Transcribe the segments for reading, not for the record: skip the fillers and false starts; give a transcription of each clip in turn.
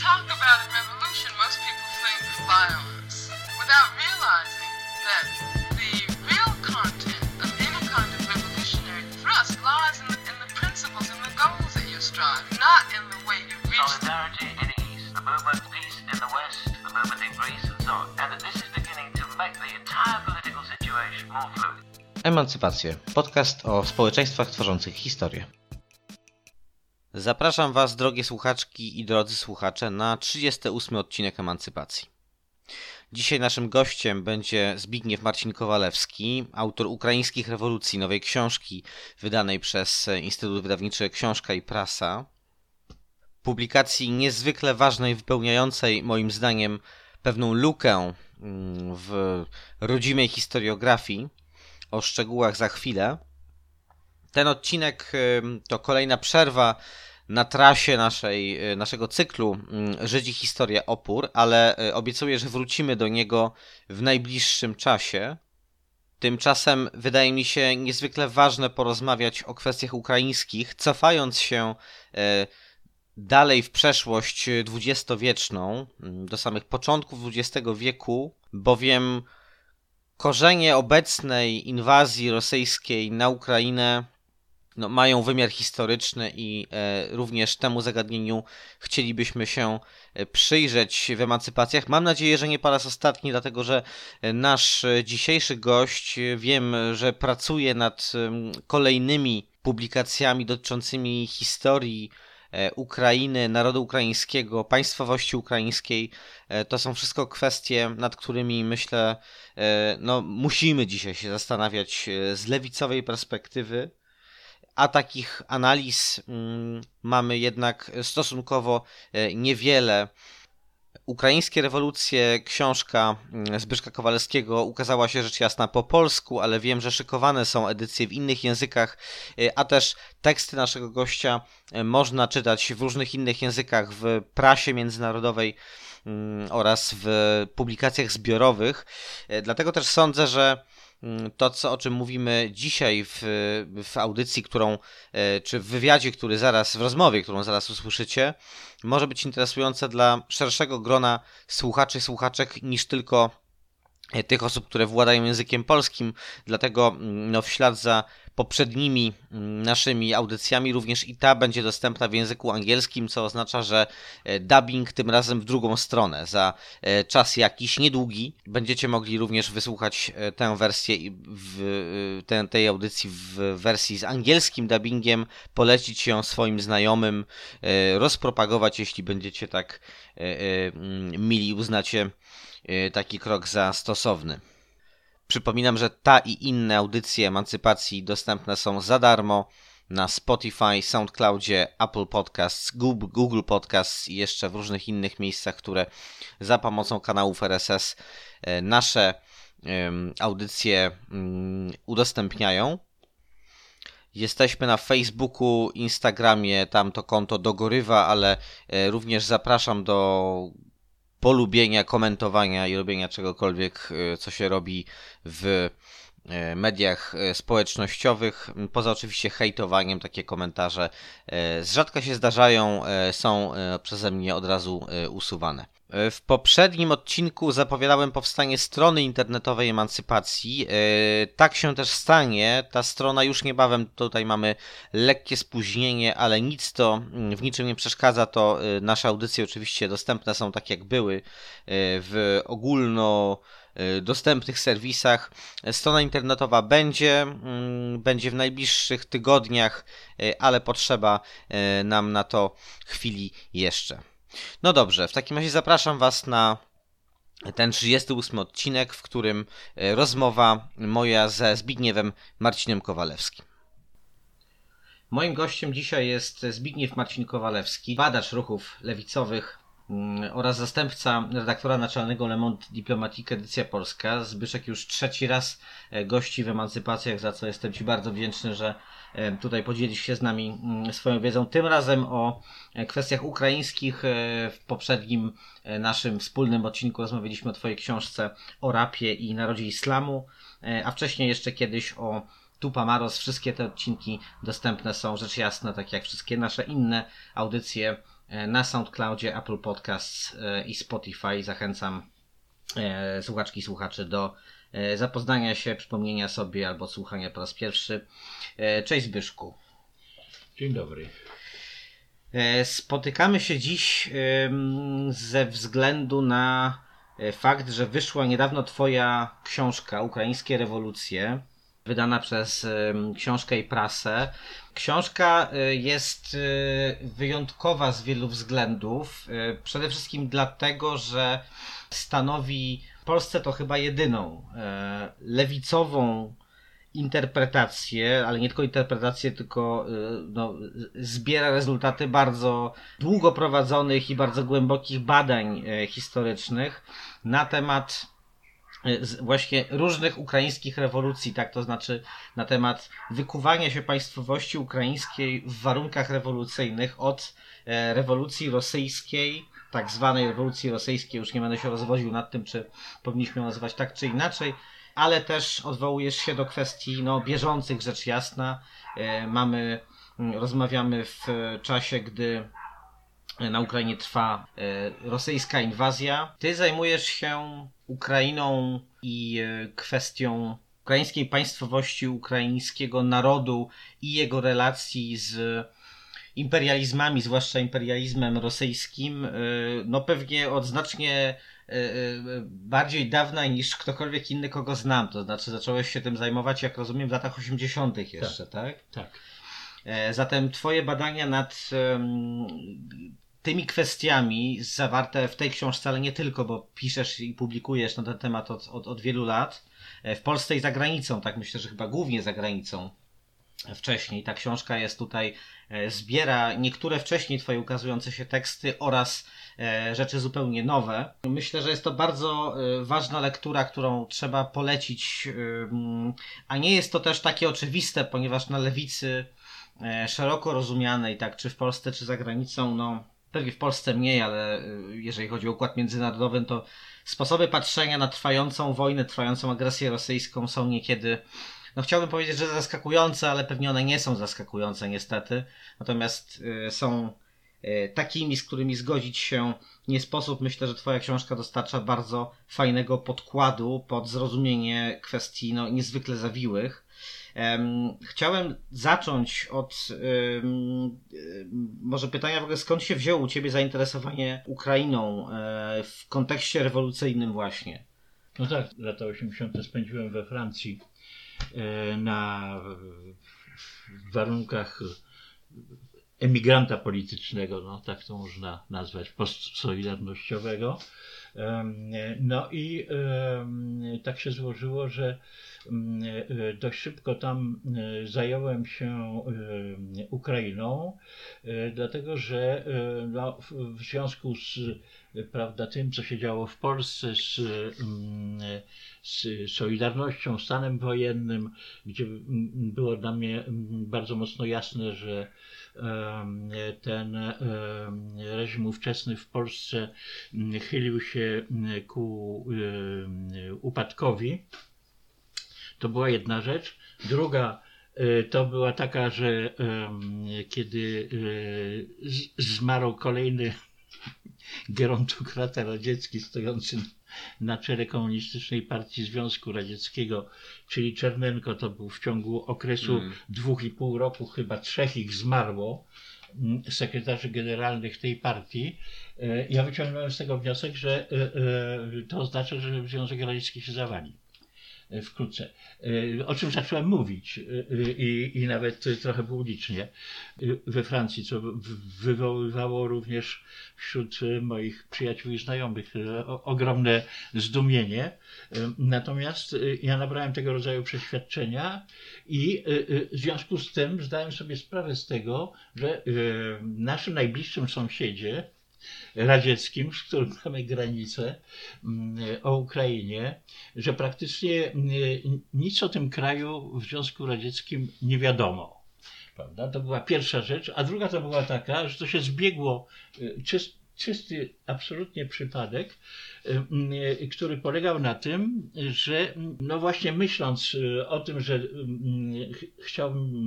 talk about a revolution, most people think violence, without realizing that the real content of any kind of revolutionary thrust lies in the principles and the goals that you strive, not in the way you reach them. Solidarity in the East, the movement peace in the West, the movement in Greece and so on. And that this is beginning to make the entire political situation more fluid. Emancypacje. Podcast o społeczeństwach tworzących historię. Zapraszam Was, drogie słuchaczki i drodzy słuchacze, na 38. odcinek Emancypacji. Dzisiaj naszym gościem będzie Zbigniew Marcin Kowalewski, autor Ukraińskich rewolucji, nowej książki wydanej przez Instytut Wydawniczy Książka i Prasa. Publikacji niezwykle ważnej, wypełniającej moim zdaniem pewną lukę w rodzimej historiografii. O szczegółach za chwilę. Ten odcinek to kolejna przerwa na trasie naszego cyklu Żydzi, Historia, Opór, ale obiecuję, że wrócimy do niego w najbliższym czasie. Tymczasem wydaje mi się niezwykle ważne porozmawiać o kwestiach ukraińskich, cofając się dalej w przeszłość dwudziestowieczną, do samych początków XX wieku, bowiem korzenie obecnej inwazji rosyjskiej na Ukrainę mają wymiar historyczny i również temu zagadnieniu chcielibyśmy się przyjrzeć w emancypacjach. Mam nadzieję, że nie po raz ostatni, dlatego że nasz dzisiejszy gość, wiem, że pracuje nad kolejnymi publikacjami dotyczącymi historii Ukrainy, narodu ukraińskiego, państwowości ukraińskiej. To są wszystko kwestie, nad którymi myślę, musimy dzisiaj się zastanawiać z lewicowej perspektywy, a takich analiz mamy jednak stosunkowo niewiele. Ukraińskie rewolucje, książka Zbyszka Kowalewskiego ukazała się rzecz jasna po polsku, ale wiem, że szykowane są edycje w innych językach, a też teksty naszego gościa można czytać w różnych innych językach w prasie międzynarodowej oraz w publikacjach zbiorowych. Dlatego też sądzę, że to, o czym mówimy dzisiaj w audycji, czy w wywiadzie, w rozmowie, którą zaraz usłyszycie, może być interesujące dla szerszego grona słuchaczy, słuchaczek niż tylko tych osób, które władają językiem polskim. Dlatego w ślad za poprzednimi naszymi audycjami również i ta będzie dostępna w języku angielskim, co oznacza, że dubbing tym razem w drugą stronę. Za czas jakiś niedługi będziecie mogli również wysłuchać tę wersję tej audycji w wersji z angielskim dubbingiem, polecić ją swoim znajomym, rozpropagować, jeśli będziecie tak mili, uznacie taki krok za stosowny. Przypominam, że ta i inne audycje emancypacji dostępne są za darmo na Spotify, SoundCloudzie, Apple Podcasts, Google Podcasts i jeszcze w różnych innych miejscach, które za pomocą kanałów RSS nasze audycje udostępniają. Jesteśmy na Facebooku, Instagramie, tam to konto dogorywa, ale również zapraszam do polubienia, komentowania i robienia czegokolwiek, co się robi w mediach społecznościowych. Poza oczywiście hejtowaniem, takie komentarze rzadko się zdarzają, są przeze mnie od razu usuwane. W poprzednim odcinku zapowiadałem powstanie strony internetowej emancypacji. Tak się też stanie. Ta strona już niebawem, tutaj mamy lekkie spóźnienie, ale nic to w niczym nie przeszkadza. To nasze audycje oczywiście dostępne są tak jak były w ogólnodostępnych serwisach. Strona internetowa będzie w najbliższych tygodniach, ale potrzeba nam na to chwili jeszcze. No dobrze, w takim razie zapraszam Was na ten 38 odcinek, w którym rozmowa moja ze Zbigniewem Marcinem Kowalewskim. Moim gościem dzisiaj jest Zbigniew Marcin Kowalewski, badacz ruchów lewicowych oraz zastępca redaktora naczelnego Le Monde Diplomatique edycja polska. Zbyszek już trzeci raz gości w emancypacjach, za co jestem Ci bardzo wdzięczny, że tutaj podzielisz się z nami swoją wiedzą. Tym razem o kwestiach ukraińskich. W poprzednim naszym wspólnym odcinku rozmawialiśmy o Twojej książce o rapie i narodzie islamu, a wcześniej jeszcze kiedyś o Tupamaros. Wszystkie te odcinki dostępne są, rzecz jasna, tak jak wszystkie nasze inne audycje na SoundCloudzie, Apple Podcasts i Spotify. Zachęcam słuchaczki i słuchaczy do zapoznania się, przypomnienia sobie albo słuchania po raz pierwszy. Cześć Zbyszku. Dzień dobry. Spotykamy się dziś ze względu na fakt, że wyszła niedawno Twoja książka Ukraińskie rewolucje, wydana przez Książkę i Prasę. Książka jest wyjątkowa z wielu względów. Przede wszystkim dlatego, że stanowi w Polsce to chyba jedyną lewicową interpretację, ale nie tylko interpretację, tylko zbiera rezultaty bardzo długo prowadzonych i bardzo głębokich badań historycznych na temat właśnie różnych ukraińskich rewolucji, tak, to znaczy na temat wykuwania się państwowości ukraińskiej w warunkach rewolucyjnych od rewolucji rosyjskiej, tak zwanej rewolucji rosyjskiej, już nie będę się rozwodził nad tym, czy powinniśmy ją nazywać tak czy inaczej, ale też odwołujesz się do kwestii bieżących, rzecz jasna. Rozmawiamy w czasie, gdy na Ukrainie trwa rosyjska inwazja. Ty zajmujesz się Ukrainą i kwestią ukraińskiej państwowości, ukraińskiego narodu i jego relacji z imperializmami, zwłaszcza imperializmem rosyjskim, pewnie od znacznie bardziej dawna niż ktokolwiek inny, kogo znam. To znaczy zacząłeś się tym zajmować, jak rozumiem, w latach 80. jeszcze, tak? Tak. Zatem twoje badania nad tymi kwestiami zawarte w tej książce, ale nie tylko, bo piszesz i publikujesz na ten temat od wielu lat, w Polsce i za granicą, tak myślę, że chyba głównie za granicą wcześniej. Ta książka jest tutaj, zbiera niektóre wcześniej twoje ukazujące się teksty oraz rzeczy zupełnie nowe. Myślę, że jest to bardzo ważna lektura, którą trzeba polecić, a nie jest to też takie oczywiste, ponieważ na lewicy szeroko rozumianej, tak, czy w Polsce, czy za granicą, pewnie w Polsce mniej, ale jeżeli chodzi o układ międzynarodowy, to sposoby patrzenia na trwającą wojnę, trwającą agresję rosyjską są niekiedy, chciałbym powiedzieć, że zaskakujące, ale pewnie one nie są zaskakujące niestety. Natomiast są takimi, z którymi zgodzić się nie sposób. Myślę, że twoja książka dostarcza bardzo fajnego podkładu pod zrozumienie kwestii niezwykle zawiłych. Chciałem zacząć od może pytania w ogóle, skąd się wzięło u ciebie zainteresowanie Ukrainą w kontekście rewolucyjnym właśnie? No tak, lata 80. spędziłem we Francji w warunkach emigranta politycznego, tak to można nazwać, postsolidarnościowego. I tak się złożyło, że dość szybko tam zająłem się Ukrainą, dlatego że w związku z tym, co się działo w Polsce, z Solidarnością, stanem wojennym, gdzie było dla mnie bardzo mocno jasne, że ten reżim ówczesny w Polsce chylił się ku upadkowi. To była jedna rzecz. Druga to była taka, że kiedy zmarł kolejny gerontokrata radziecki stojący na czele Komunistycznej Partii Związku Radzieckiego, czyli Czernenko, to był w ciągu okresu 2,5 roku, chyba 3 ich zmarło, sekretarzy generalnych tej partii. Ja wyciągnąłem z tego wniosek, że to oznacza, że Związek Radziecki się zawali wkrótce. O czym zacząłem mówić i nawet trochę publicznie we Francji, co wywoływało również wśród moich przyjaciół i znajomych ogromne zdumienie. Natomiast ja nabrałem tego rodzaju przeświadczenia i w związku z tym zdałem sobie sprawę z tego, że w naszym najbliższym sąsiedzie radzieckim, z którym mamy granicę, o Ukrainie, że praktycznie nic o tym kraju w Związku Radzieckim nie wiadomo. Prawda? To była pierwsza rzecz, a druga to była taka, że to się zbiegło, czysty absolutnie przypadek, który polegał na tym, że no właśnie myśląc o tym, że chciałbym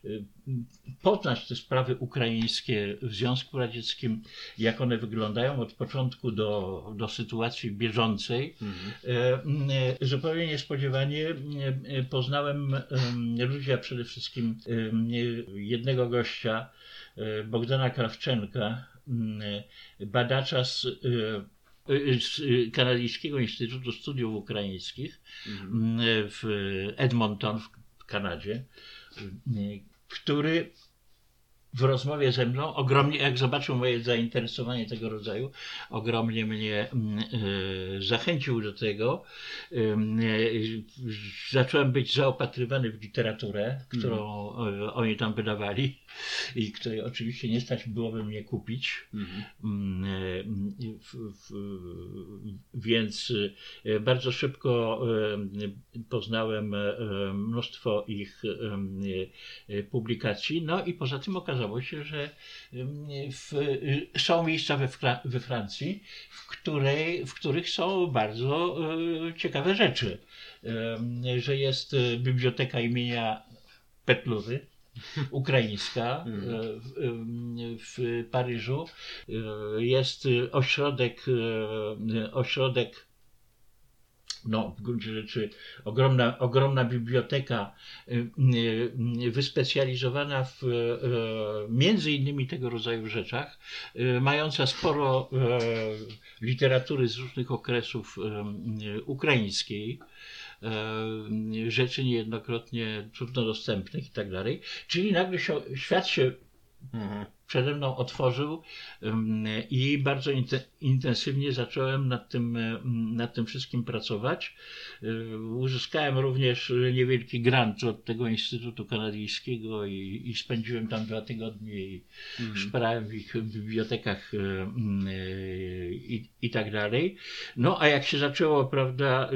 poznać te sprawy ukraińskie w Związku Radzieckim, jak one wyglądają od początku do sytuacji bieżącej. Zupełnie niespodziewanie poznałem ludzi, a przede wszystkim jednego gościa, Bogdana Krawczenka, badacza z Kanadyjskiego Instytutu Studiów Ukraińskich w Edmonton w Kanadzie, który w rozmowie ze mną ogromnie, jak zobaczył moje zainteresowanie tego rodzaju, ogromnie mnie zachęcił do tego. Zacząłem być zaopatrywany w literaturę, którą oni tam wydawali i której oczywiście nie stać byłoby mnie kupić. Więc bardzo szybko poznałem mnóstwo ich publikacji. No i poza tym okazało się, że są miejsca we Francji, w których są bardzo ciekawe rzeczy. Że jest biblioteka imienia Petlury, ukraińska w Paryżu. Jest ośrodek, no w gruncie rzeczy ogromna biblioteka wyspecjalizowana w między innymi tego rodzaju rzeczach, mająca sporo literatury z różnych okresów ukraińskiej, rzeczy niejednokrotnie trudno dostępnych i tak dalej. Czyli nagle świat się przede mną otworzył i bardzo intensywnie zacząłem nad tym wszystkim pracować. Uzyskałem również niewielki grant od tego Instytutu Kanadyjskiego i spędziłem tam 2 tygodnie i szperałem w ich bibliotekach i tak dalej. No a jak się zaczęło, prawda,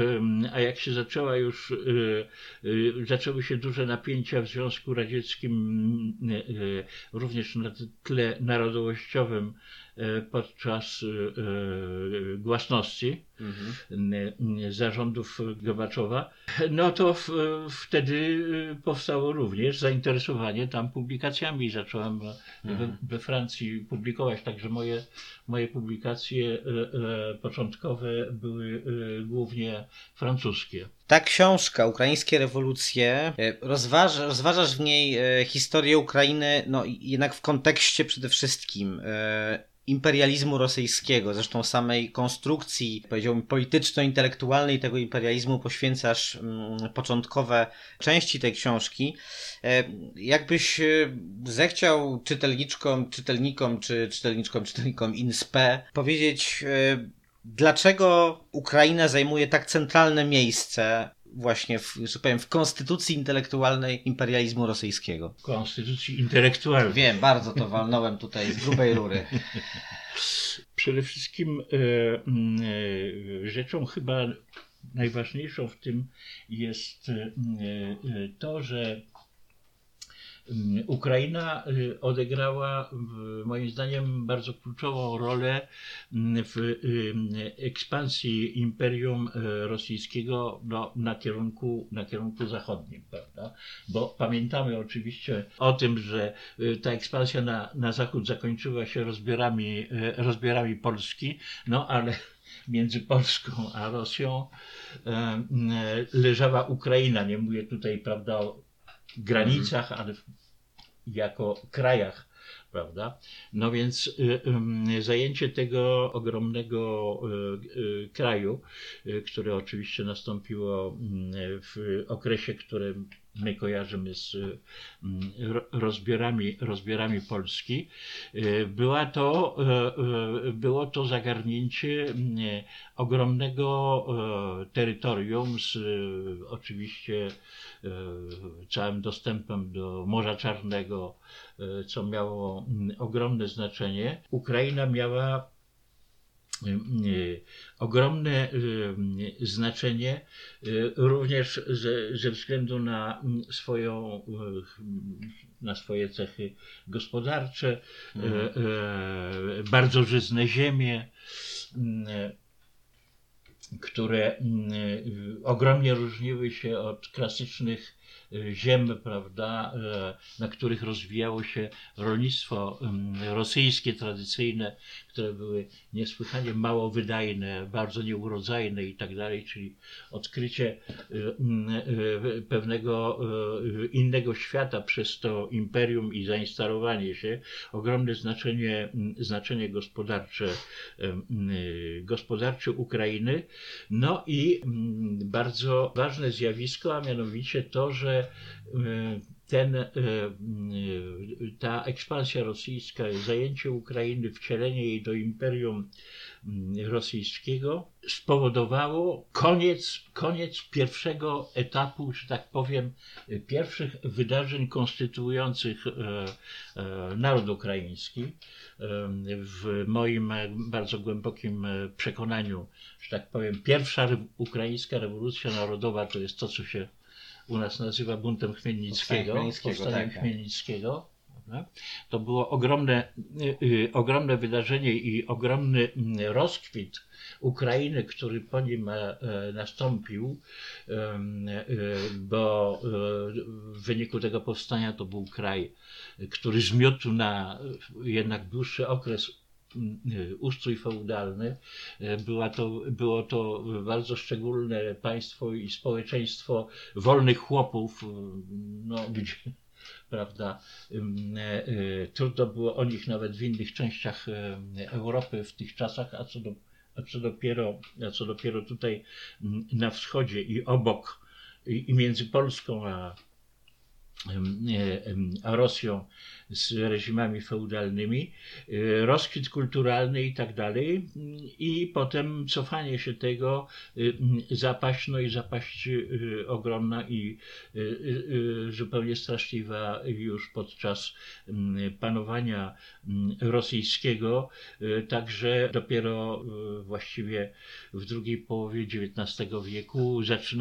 zaczęły się duże napięcia w Związku Radzieckim, również na tle narodowościowym podczas głasności zarządów Gorbaczowa, no to wtedy powstało również zainteresowanie tam publikacjami. Zacząłem we Francji publikować, także moje publikacje początkowe były głównie francuskie. Ta książka, Ukraińskie rewolucje, rozważasz w niej historię Ukrainy, no jednak w kontekście przede wszystkim imperializmu rosyjskiego, zresztą samej konstrukcji, powiedziałbym, polityczno-intelektualnej tego imperializmu poświęcasz początkowe części tej książki. Jakbyś zechciał czytelnikom INSPE powiedzieć, dlaczego Ukraina zajmuje tak centralne miejsce właśnie w konstytucji intelektualnej imperializmu rosyjskiego? Konstytucji intelektualnej. Wiem, bardzo to walnąłem tutaj z grubej rury. Przede wszystkim rzeczą chyba najważniejszą w tym jest to, że Ukraina odegrała moim zdaniem bardzo kluczową rolę w ekspansji Imperium Rosyjskiego na kierunku zachodnim, prawda? Bo pamiętamy oczywiście o tym, że ta ekspansja na zachód zakończyła się rozbiorami Polski, no ale między Polską a Rosją leżała Ukraina. Nie mówię tutaj, prawda, o granicach, ale jako krajach, prawda? No więc zajęcie tego ogromnego kraju, które oczywiście nastąpiło w okresie, który my kojarzymy z rozbiorami Polski, było to zagarnięcie ogromnego terytorium z oczywiście całym dostępem do Morza Czarnego, co miało ogromne znaczenie. Ukraina miała ogromne znaczenie również ze względu na swoje cechy gospodarcze, bardzo żyzne ziemie, które ogromnie różniły się od klasycznych ziem, prawda, na których rozwijało się rolnictwo rosyjskie tradycyjne, które były niesłychanie mało wydajne, bardzo nieurodzajne i tak dalej, czyli odkrycie pewnego innego świata przez to imperium i zainstalowanie się, ogromne znaczenie gospodarcze Ukrainy, no i bardzo ważne zjawisko, a mianowicie to, że ta ekspansja rosyjska, zajęcie Ukrainy, wcielenie jej do imperium rosyjskiego spowodowało koniec pierwszego etapu, że tak powiem, pierwszych wydarzeń konstytuujących naród ukraiński. W moim bardzo głębokim przekonaniu, że tak powiem, pierwsza ukraińska rewolucja narodowa to jest to, co się u nas nazywa buntem Chmielnickiego, powstaniem Chmielnickiego. To było ogromne wydarzenie i ogromny rozkwit Ukrainy, który po nim nastąpił, bo w wyniku tego powstania to był kraj, który zmiótł na jednak dłuższy okres ustrój feudalny. Było to bardzo szczególne państwo i społeczeństwo wolnych chłopów, no, gdzie, prawda, trudno było o nich nawet w innych częściach Europy w tych czasach, a co dopiero tutaj na wschodzie i obok, i między Polską a Rosją z reżimami feudalnymi, rozkwit kulturalny i tak dalej, i potem cofanie się tego, zapaść ogromna i zupełnie straszliwa już podczas panowania rosyjskiego, także dopiero właściwie w drugiej połowie XIX wieku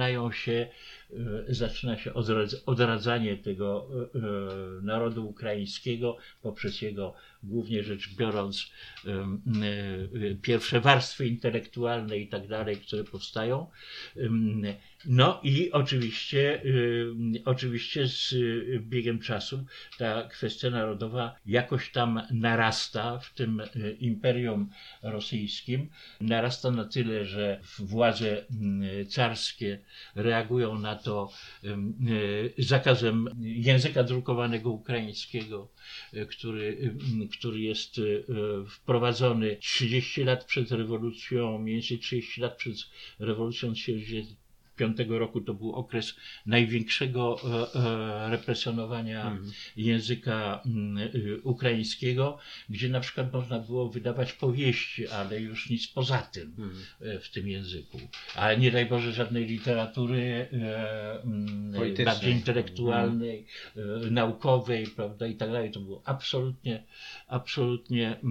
zaczyna się odradzanie tego narodu ukraińskiego poprzez jego, głównie rzecz biorąc, pierwsze warstwy intelektualne i tak dalej, które powstają. No i oczywiście z biegiem czasu ta kwestia narodowa jakoś tam narasta w tym imperium rosyjskim. Narasta na tyle, że władze carskie reagują na to zakazem języka drukowanego ukraińskiego, który jest wprowadzony 30 lat przed rewolucją, mniej więcej 30 lat przed rewolucją 1905 roku. To był okres największego represjonowania języka ukraińskiego, gdzie na przykład można było wydawać powieści, ale już nic poza tym w tym języku. Ale nie daj Boże żadnej literatury bardziej intelektualnej, naukowej, prawda, i tak dalej. To było absolutnie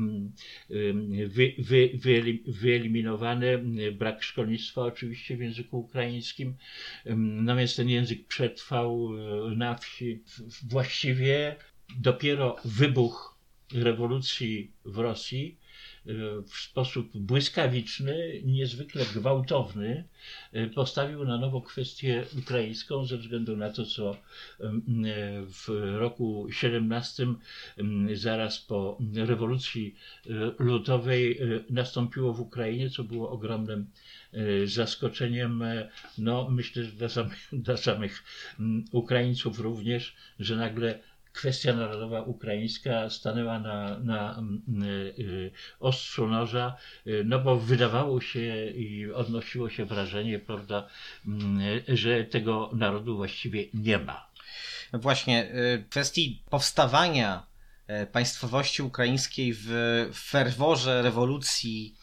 wyeliminowane. Brak szkolnictwa oczywiście w języku ukraińskim. Natomiast ten język przetrwał na wsi. Właściwie dopiero wybuch rewolucji w Rosji w sposób błyskawiczny, niezwykle gwałtowny postawił na nowo kwestię ukraińską ze względu na to, co w roku 17, zaraz po rewolucji ludowej, nastąpiło w Ukrainie, co było ogromnym zaskoczeniem, no myślę, że dla samych Ukraińców również, że nagle kwestia narodowa ukraińska stanęła na ostrzu noża, no bo wydawało się i odnosiło się wrażenie, prawda, że tego narodu właściwie nie ma. Właśnie w kwestii powstawania państwowości ukraińskiej w ferworze rewolucji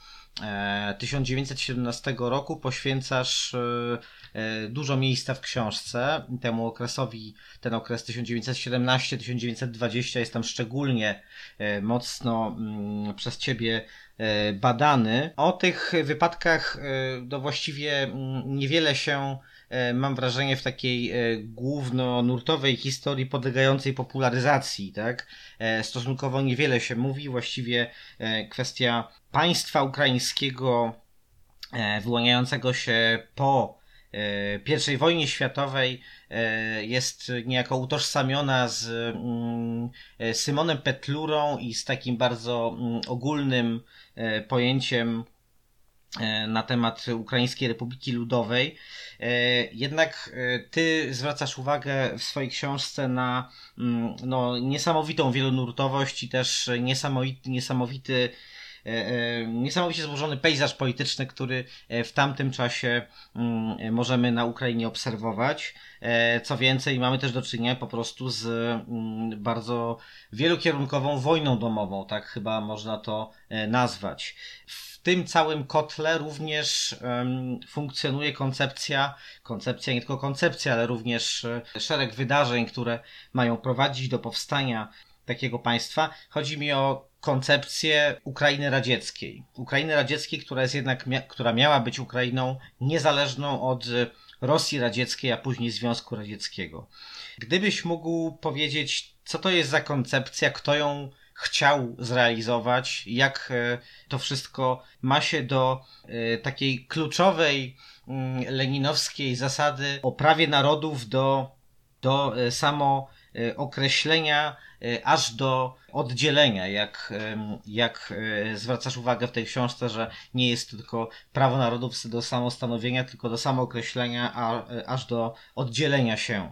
1917 roku poświęcasz dużo miejsca w książce temu okresowi. Ten okres 1917-1920 jest tam szczególnie mocno przez ciebie badany. O tych wypadkach właściwie niewiele się, mam wrażenie, w takiej głównonurtowej historii podlegającej popularyzacji, tak? Stosunkowo niewiele się mówi. Właściwie kwestia państwa ukraińskiego wyłaniającego się po I wojnie światowej jest niejako utożsamiona z Symonem Petlurą i z takim bardzo ogólnym pojęciem na temat Ukraińskiej Republiki Ludowej. Jednak ty zwracasz uwagę w swojej książce na niesamowitą wielonurtowość i też niesamowicie złożony pejzaż polityczny, który w tamtym czasie możemy na Ukrainie obserwować. Co więcej, mamy też do czynienia po prostu z bardzo wielokierunkową wojną domową, tak chyba można to nazwać. W tym całym kotle również funkcjonuje koncepcja, nie tylko koncepcja, ale również szereg wydarzeń, które mają prowadzić do powstania takiego państwa. Chodzi mi o koncepcję Ukrainy Radzieckiej. Ukrainy Radzieckiej, która miała być Ukrainą niezależną od Rosji Radzieckiej, a później Związku Radzieckiego. Gdybyś mógł powiedzieć, co to jest za koncepcja, kto ją chciał zrealizować, jak to wszystko ma się do takiej kluczowej leninowskiej zasady o prawie narodów do samookreślenia aż do oddzielenia, jak zwracasz uwagę w tej książce, że nie jest to tylko prawo narodów do samostanowienia, tylko do samookreślenia, aż do oddzielenia się.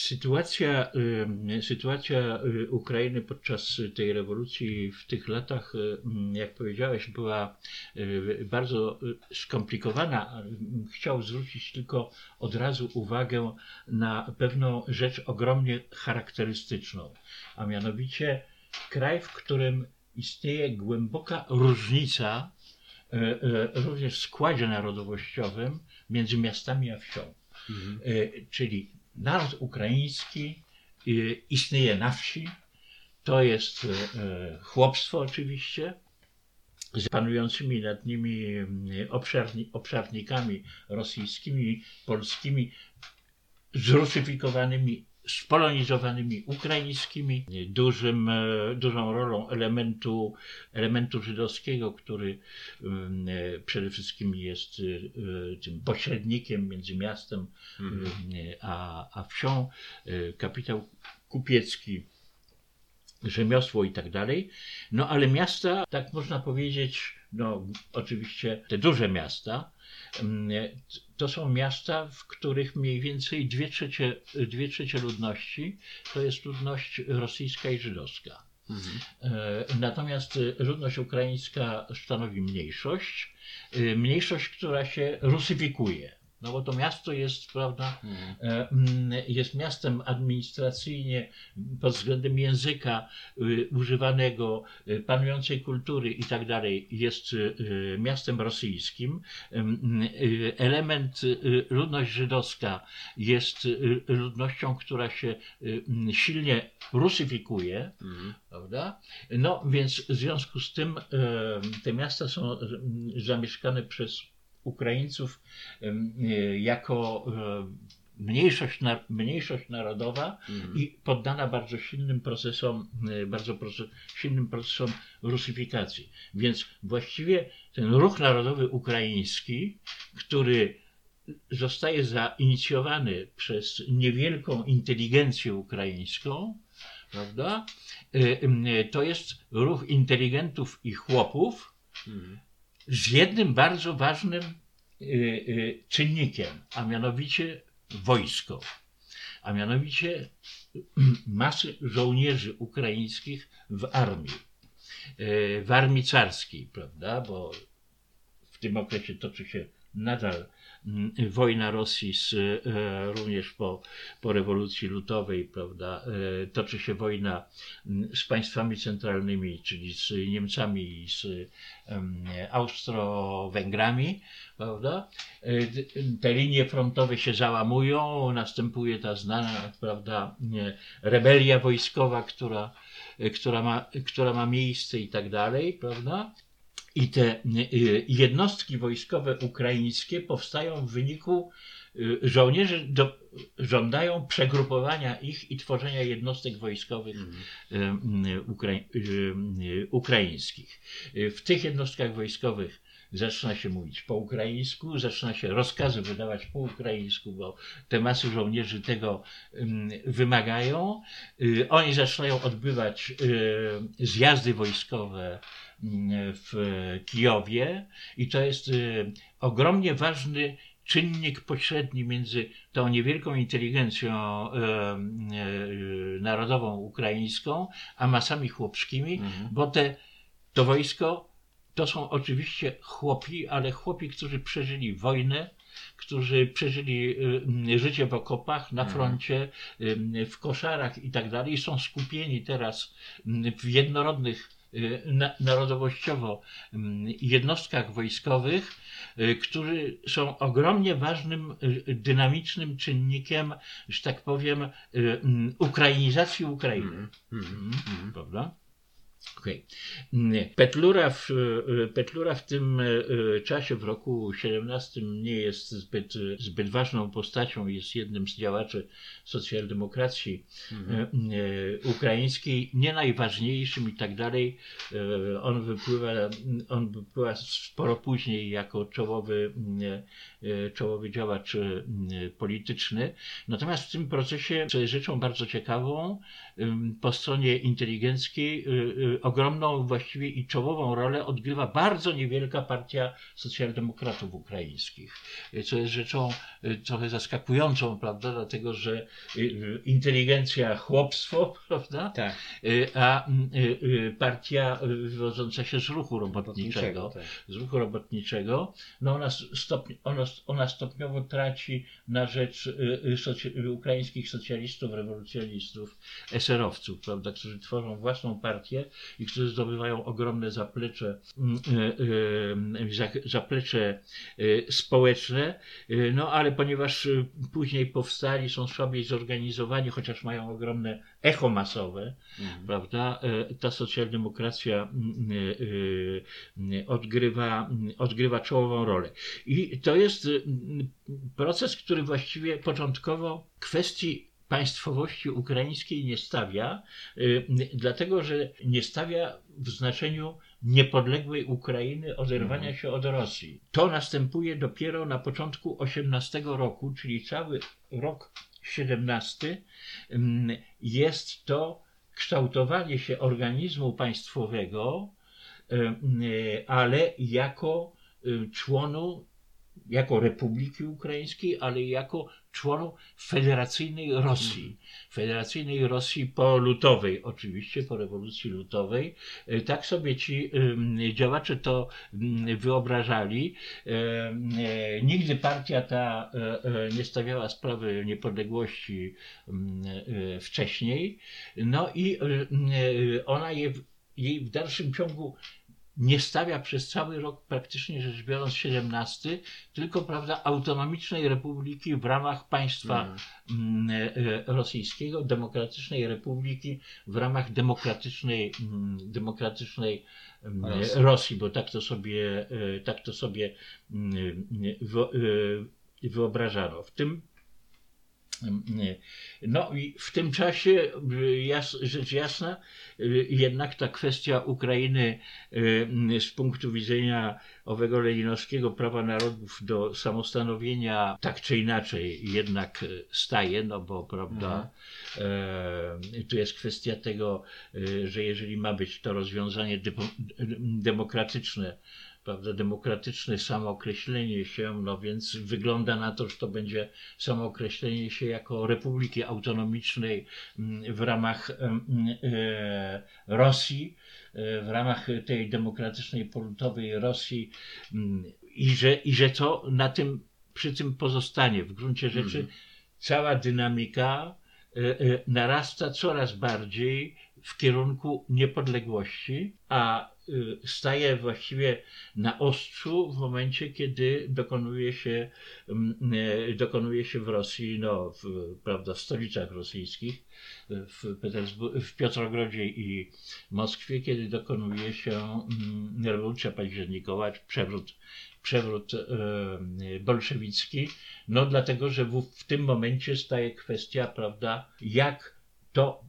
Sytuacja Ukrainy podczas tej rewolucji w tych latach, jak powiedziałeś, była bardzo skomplikowana. Chciał zwrócić tylko od razu uwagę na pewną rzecz ogromnie charakterystyczną, a mianowicie kraj, w którym istnieje głęboka różnica również w składzie narodowościowym między miastami a wsią. Czyli naród ukraiński istnieje na wsi, to jest chłopstwo oczywiście, z panującymi nad nimi obszarnikami rosyjskimi, polskimi, zrusyfikowanymi, spolonizowanymi ukraińskimi, dużą rolą elementu żydowskiego, który przede wszystkim jest tym pośrednikiem między miastem a wsią, kapitał kupiecki, rzemiosło i tak dalej. No ale miasta, tak można powiedzieć, oczywiście te duże miasta, to są miasta, w których mniej więcej 2/3 ludności to jest ludność rosyjska i żydowska. Natomiast ludność ukraińska stanowi mniejszość, która się rusyfikuje. No bo to miasto jest, prawda, jest miastem administracyjnie pod względem języka używanego, panującej kultury i tak dalej, jest miastem rosyjskim. Ludność żydowska jest ludnością, która się silnie rusyfikuje, prawda? No więc w związku z tym te miasta są zamieszkane przez Ukraińców jako mniejszość narodowa i poddana bardzo silnym procesom rusyfikacji. Więc właściwie ten ruch narodowy ukraiński, który zostaje zainicjowany przez niewielką inteligencję ukraińską, prawda? To jest ruch inteligentów i chłopów, z jednym bardzo ważnym czynnikiem, a mianowicie wojsko, a mianowicie masy żołnierzy ukraińskich w armii carskiej, prawda, bo w tym okresie toczy się nadal wojna Rosji również po rewolucji lutowej, prawda, toczy się wojna z państwami centralnymi, czyli z Niemcami i z Austro-Węgrami, prawda. Te linie frontowe się załamują, następuje ta znana, prawda, rebelia wojskowa, która ma miejsce i tak dalej, prawda. I te jednostki wojskowe ukraińskie powstają w wyniku, żołnierze żądają przegrupowania ich i tworzenia jednostek wojskowych ukraińskich. W tych jednostkach wojskowych zaczyna się mówić po ukraińsku, zaczyna się rozkazy wydawać po ukraińsku, bo te masy żołnierzy tego wymagają. Oni zaczynają odbywać zjazdy wojskowe w Kijowie i to jest ogromnie ważny czynnik pośredni między tą niewielką inteligencją narodową ukraińską, a masami chłopskimi, bo to wojsko to są oczywiście chłopi, ale chłopi, którzy przeżyli wojnę, którzy przeżyli życie w okopach, na froncie, w koszarach i tak dalej, są skupieni teraz w jednorodnych narodowościowo jednostkach wojskowych, którzy są ogromnie ważnym, dynamicznym czynnikiem, że tak powiem, ukrainizacji Ukrainy. Prawda? Okay. Petlura w tym czasie, w roku 17, nie jest zbyt ważną postacią, jest jednym z działaczy socjaldemokracji ukraińskiej, nie najważniejszym i tak dalej. On wypływa sporo później jako czołowy działacz polityczny. Natomiast w tym procesie, co jest rzeczą bardzo ciekawą, po stronie inteligenckiej ogromną właściwie i czołową rolę odgrywa bardzo niewielka partia socjaldemokratów ukraińskich, co jest rzeczą trochę zaskakującą, prawda, dlatego że inteligencja, chłopstwo, prawda, tak. A partia wywodząca się z ruchu robotniczego, no ona stopniowo traci na rzecz ukraińskich socjalistów, rewolucjonistów, eserowców, prawda, którzy tworzą własną partię i którzy zdobywają ogromne zaplecze społeczne, no ale ponieważ później powstali, są słabiej zorganizowani, chociaż mają ogromne echo masowe, prawda, ta socjaldemokracja odgrywa czołową rolę. I to jest proces, który właściwie początkowo kwestii państwowości ukraińskiej nie stawia, dlatego że nie stawia w znaczeniu niepodległej Ukrainy, oderwania się od Rosji. To następuje dopiero na początku 18 roku, czyli cały rok 17 jest to kształtowanie się organizmu państwowego, ale jako członu, jako Republiki Ukraińskiej, ale jako członu Federacyjnej Rosji. Federacyjnej Rosji polutowej, oczywiście po rewolucji lutowej. Tak sobie ci działacze to wyobrażali. Nigdy partia ta nie stawiała sprawy niepodległości wcześniej. No i ona jej w dalszym ciągu nie stawia przez cały rok, praktycznie rzecz biorąc 17, tylko, prawda, autonomicznej republiki w ramach państwa rosyjskiego, demokratycznej republiki w ramach demokratycznej Rosji, bo tak to sobie wyobrażano. No i w tym czasie, rzecz jasna, jednak ta kwestia Ukrainy z punktu widzenia owego leninowskiego prawa narodów do samostanowienia tak czy inaczej jednak staje, no bo, prawda, tu jest kwestia tego, że jeżeli ma być to rozwiązanie demokratyczne, prawda, demokratyczne samookreślenie się, no więc wygląda na to, że to będzie samookreślenie się jako republiki autonomicznej w ramach Rosji, w ramach tej demokratycznej, polutowej Rosji i że to przy tym pozostanie. W gruncie rzeczy cała dynamika narasta coraz bardziej w kierunku niepodległości, a staje właściwie na ostrzu w momencie, kiedy dokonuje się w Rosji, no, prawda, w stolicach rosyjskich, w Piotrogrodzie i Moskwie, kiedy dokonuje się rewolucja październikowa, przewrót bolszewicki, no dlatego, że w tym momencie staje kwestia, prawda, jak to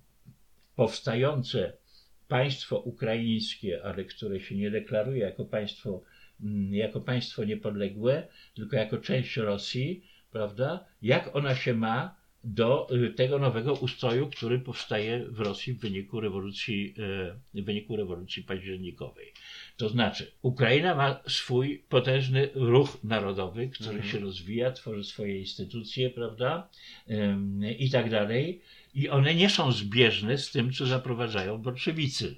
powstające państwo ukraińskie, ale które się nie deklaruje jako państwo jako państwo niepodległe, tylko jako część Rosji, prawda? Jak ona się ma do tego nowego ustroju, który powstaje w Rosji w wyniku rewolucji październikowej. To znaczy, Ukraina ma swój potężny ruch narodowy, który się rozwija, tworzy swoje instytucje, prawda? I tak dalej. I one nie są zbieżne z tym, co zaprowadzają bolszewicy.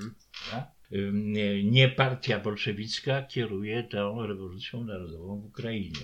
Nie partia bolszewicka kieruje tą rewolucją narodową w Ukrainie,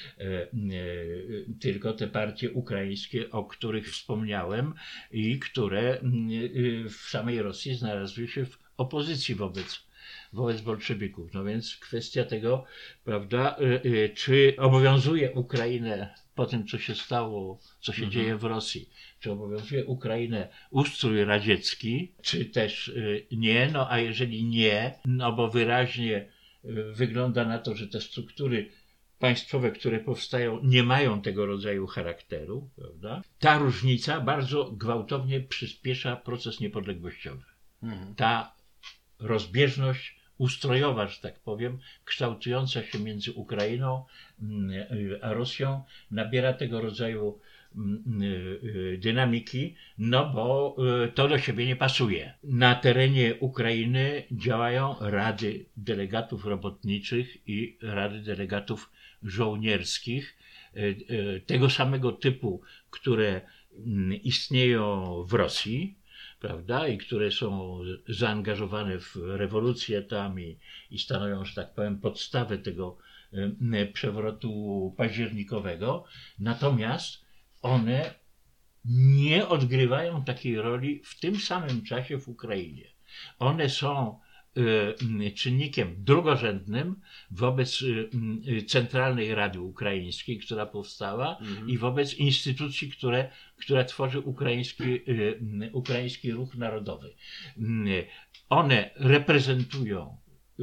tylko te partie ukraińskie, o których wspomniałem i które w samej Rosji znalazły się w opozycji wobec bolszewików. No więc kwestia tego, prawda, czy obowiązuje Ukrainę po tym, co się stało, co się dzieje w Rosji, czy obowiązuje Ukrainę ustrój radziecki, czy też nie, no a jeżeli nie, no bo wyraźnie wygląda na to, że te struktury państwowe, które powstają, nie mają tego rodzaju charakteru, prawda? Ta różnica bardzo gwałtownie przyspiesza proces niepodległościowy. Ta rozbieżność ustrojowa, że tak powiem, kształtująca się między Ukrainą a Rosją, nabiera tego rodzaju dynamiki, no bo to do siebie nie pasuje. Na terenie Ukrainy działają rady delegatów robotniczych i rady delegatów żołnierskich, tego samego typu, które istnieją w Rosji, prawda, i które są zaangażowane w rewolucję tam i stanowią, że tak powiem, podstawę tego przewrotu październikowego. Natomiast one nie odgrywają takiej roli w tym samym czasie w Ukrainie. One są czynnikiem drugorzędnym wobec Centralnej Rady Ukraińskiej, która powstała i wobec instytucji, która tworzy ukraiński ruch narodowy. One reprezentują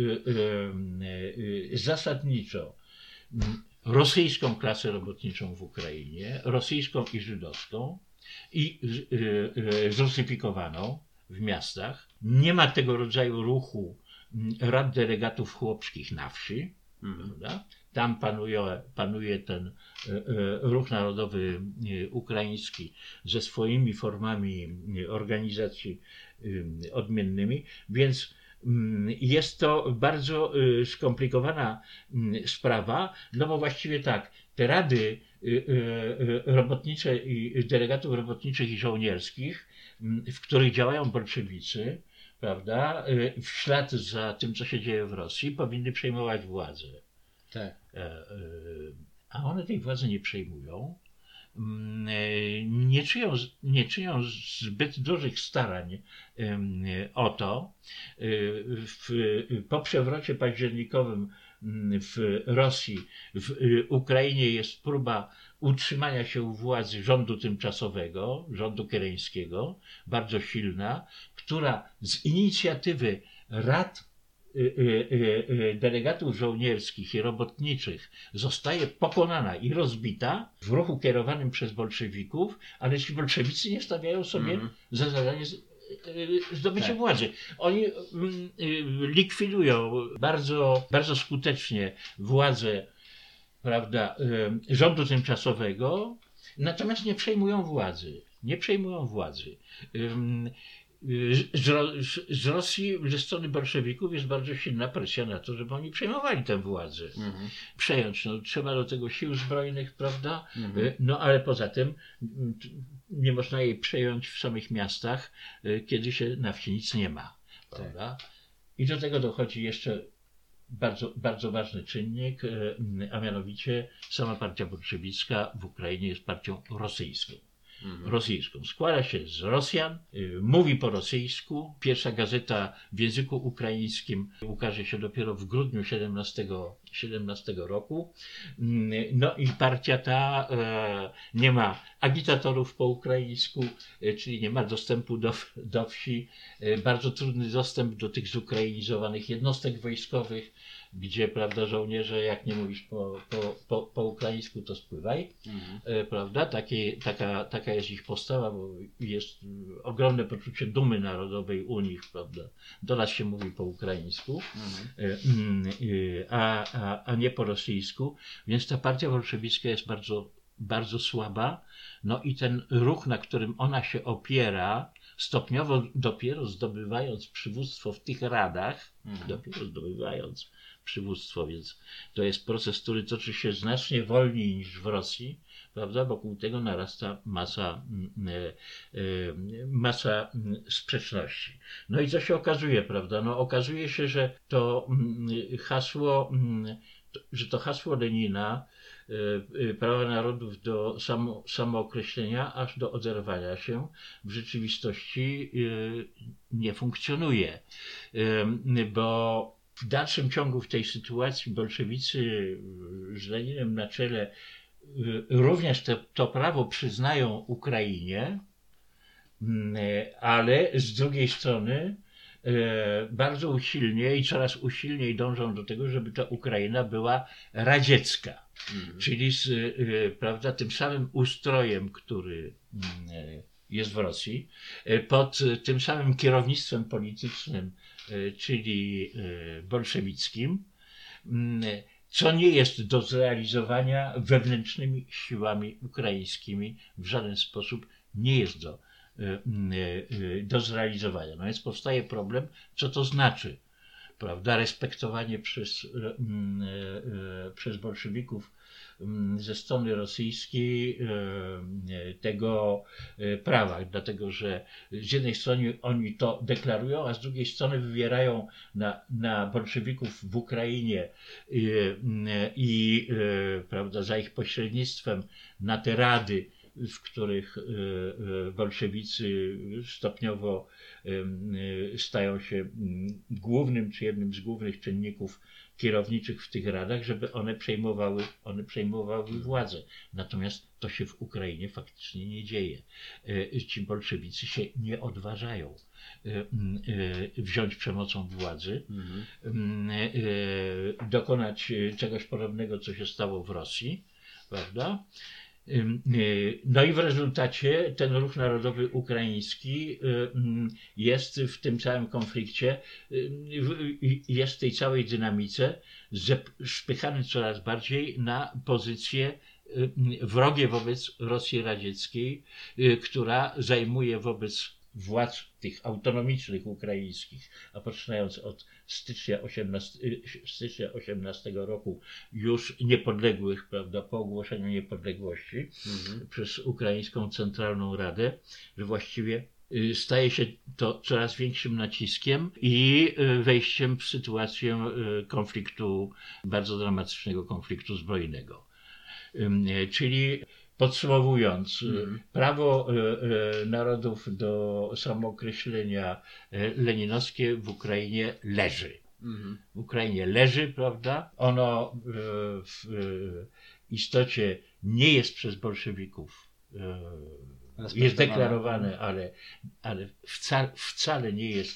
zasadniczo rosyjską klasę robotniczą w Ukrainie, rosyjską i żydowską, i zrusyfikowaną w miastach. Nie ma tego rodzaju ruchu rad delegatów chłopskich na wsi. Prawda? Tam panuje ten ruch narodowy ukraiński ze swoimi formami organizacji odmiennymi, więc jest to bardzo skomplikowana sprawa, no bo właściwie tak, te rady robotnicze i delegatów robotniczych i żołnierskich, w których działają bolszewicy, prawda, w ślad za tym, co się dzieje w Rosji, powinny przejmować władzę. Tak. A one tej władzy nie przejmują. Nie czynią zbyt dużych starań o to. Po przewrocie październikowym w Rosji, w Ukrainie jest próba utrzymania się u władzy rządu tymczasowego, rządu kereńskiego, bardzo silna, która z inicjatywy rad delegatów żołnierskich i robotniczych zostaje pokonana i rozbita w ruchu kierowanym przez bolszewików, ale ci bolszewicy nie stawiają sobie za zadanie zdobycie władzy. Oni likwidują bardzo, bardzo skutecznie władzę, prawda, rządu tymczasowego, natomiast nie przejmują władzy. Z Rosji, ze strony bolszewików jest bardzo silna presja na to, żeby oni przejmowali tę władzę. Przejąć, no, trzeba do tego sił zbrojnych, prawda? No ale poza tym nie można jej przejąć w samych miastach, kiedy się na wsi nic nie ma, prawda? I do tego dochodzi jeszcze bardzo, bardzo ważny czynnik, a mianowicie sama partia bolszewicka w Ukrainie jest partią rosyjską. Składa się z Rosjan, mówi po rosyjsku. Pierwsza gazeta w języku ukraińskim ukaże się dopiero w grudniu 17 roku. No i partia ta nie ma agitatorów po ukraińsku, czyli nie ma dostępu do wsi, bardzo trudny dostęp do tych zukrainizowanych jednostek wojskowych, gdzie, prawda, żołnierze, jak nie mówisz po ukraińsku, to spływaj, prawda, taka jest ich postawa, bo jest ogromne poczucie dumy narodowej u nich, prawda, do nas się mówi po ukraińsku, a nie po rosyjsku, więc ta partia bolszewicka jest bardzo, bardzo słaba, no i ten ruch, na którym ona się opiera, stopniowo dopiero zdobywając przywództwo w tych radach, więc to jest proces, który toczy się znacznie wolniej niż w Rosji, prawda? Wokół tego narasta masa sprzeczności. No i co się okazuje, prawda? No okazuje się, że to hasło Lenina, prawa narodów do samookreślenia aż do oderwania się, w rzeczywistości nie funkcjonuje, bo w dalszym ciągu w tej sytuacji bolszewicy z Leninem na czele również to prawo przyznają Ukrainie, ale z drugiej strony bardzo usilnie i coraz usilniej dążą do tego, żeby ta Ukraina była radziecka, czyli prawda, tym samym ustrojem, który jest w Rosji, pod tym samym kierownictwem politycznym, czyli bolszewickim, co nie jest do zrealizowania wewnętrznymi siłami ukraińskimi, w żaden sposób nie jest do zrealizowania. No więc powstaje problem, co to znaczy, prawda, respektowanie przez bolszewików ze strony rosyjskiej tego prawa, dlatego że z jednej strony oni to deklarują, a z drugiej strony wywierają na bolszewików w Ukrainie i prawda, za ich pośrednictwem na te rady, w których bolszewicy stopniowo stają się głównym czy jednym z głównych czynników kierowniczych w tych radach, żeby one przejmowały władzę. Natomiast to się w Ukrainie faktycznie nie dzieje. Ci bolszewicy się nie odważają wziąć przemocą władzy, dokonać czegoś podobnego, co się stało w Rosji, prawda? No i w rezultacie ten ruch narodowy ukraiński jest w tym całym konflikcie, jest w tej całej dynamice szpychany coraz bardziej na pozycje wrogie wobec Rosji radzieckiej, która zajmuje wobec władz tych autonomicznych ukraińskich, a poczynając od stycznia 18 roku już niepodległych, prawda, po ogłoszeniu niepodległości przez Ukraińską Centralną Radę, że właściwie staje się to coraz większym naciskiem i wejściem w sytuację konfliktu, bardzo dramatycznego konfliktu zbrojnego. Czyli podsumowując, prawo narodów do samookreślenia leninowskie w Ukrainie leży. W Ukrainie leży, prawda? Ono w istocie nie jest przez bolszewików, jest deklarowane, ale wcale nie jest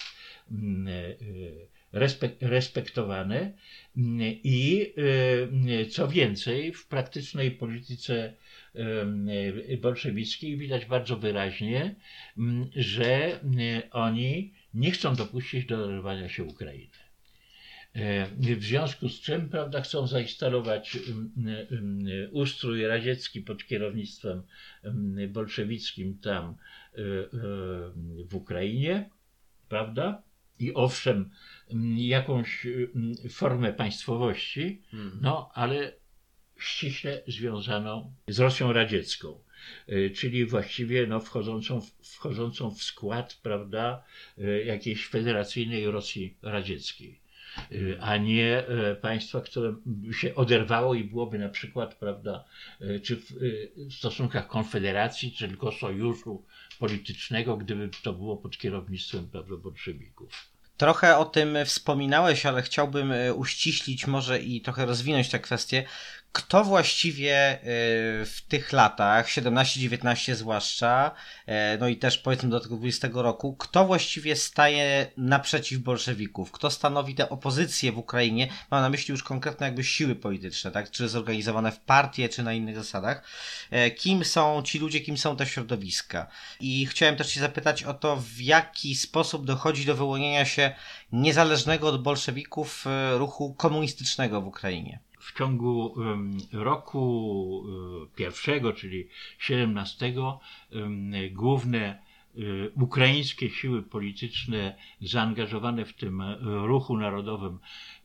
respektowane i co więcej, w praktycznej polityce bolszewickiej widać bardzo wyraźnie, że oni nie chcą dopuścić do oderwania się Ukrainy. W związku z czym, prawda, chcą zainstalować ustrój radziecki pod kierownictwem bolszewickim tam w Ukrainie, prawda? I owszem, jakąś formę państwowości, no ale ściśle związaną z Rosją radziecką, czyli właściwie no, wchodzącą w skład, prawda, jakiejś federacyjnej Rosji radzieckiej, a nie państwa, które się oderwało i byłoby na przykład, prawda, czy w stosunkach konfederacji, czy tylko sojuszu politycznego, gdyby to było pod kierownictwem, prawda, bolszewików. Trochę o tym wspominałeś, ale chciałbym uściślić może i trochę rozwinąć tę kwestię. Kto właściwie w tych latach, 17-19 zwłaszcza, no i też powiedzmy do tego 20 roku, kto właściwie staje naprzeciw bolszewików? Kto stanowi tę opozycję w Ukrainie? Mam na myśli już konkretne jakby siły polityczne, tak? Czy zorganizowane w partie, czy na innych zasadach. Kim są ci ludzie, kim są te środowiska? I chciałem też Cię zapytać o to, w jaki sposób dochodzi do wyłonienia się niezależnego od bolszewików ruchu komunistycznego w Ukrainie. W ciągu roku pierwszego, czyli 17, główne ukraińskie siły polityczne zaangażowane w tym ruchu narodowym,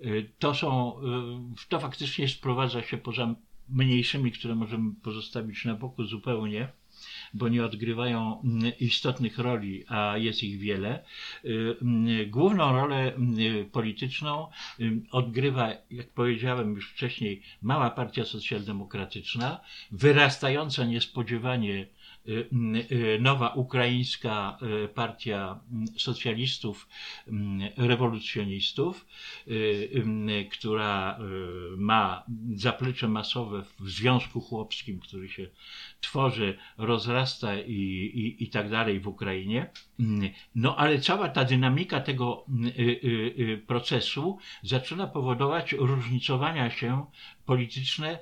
to faktycznie sprowadza się poza mniejszymi, które możemy pozostawić na boku zupełnie, bo nie odgrywają istotnych roli, a jest ich wiele. Główną rolę polityczną odgrywa, jak powiedziałem już wcześniej, mała partia socjaldemokratyczna, wyrastająca niespodziewanie nowa ukraińska partia socjalistów, rewolucjonistów, która ma zaplecze masowe w Związku Chłopskim, który się tworzy, rozrasta i tak dalej w Ukrainie. No ale cała ta dynamika tego procesu zaczyna powodować różnicowania się polityczne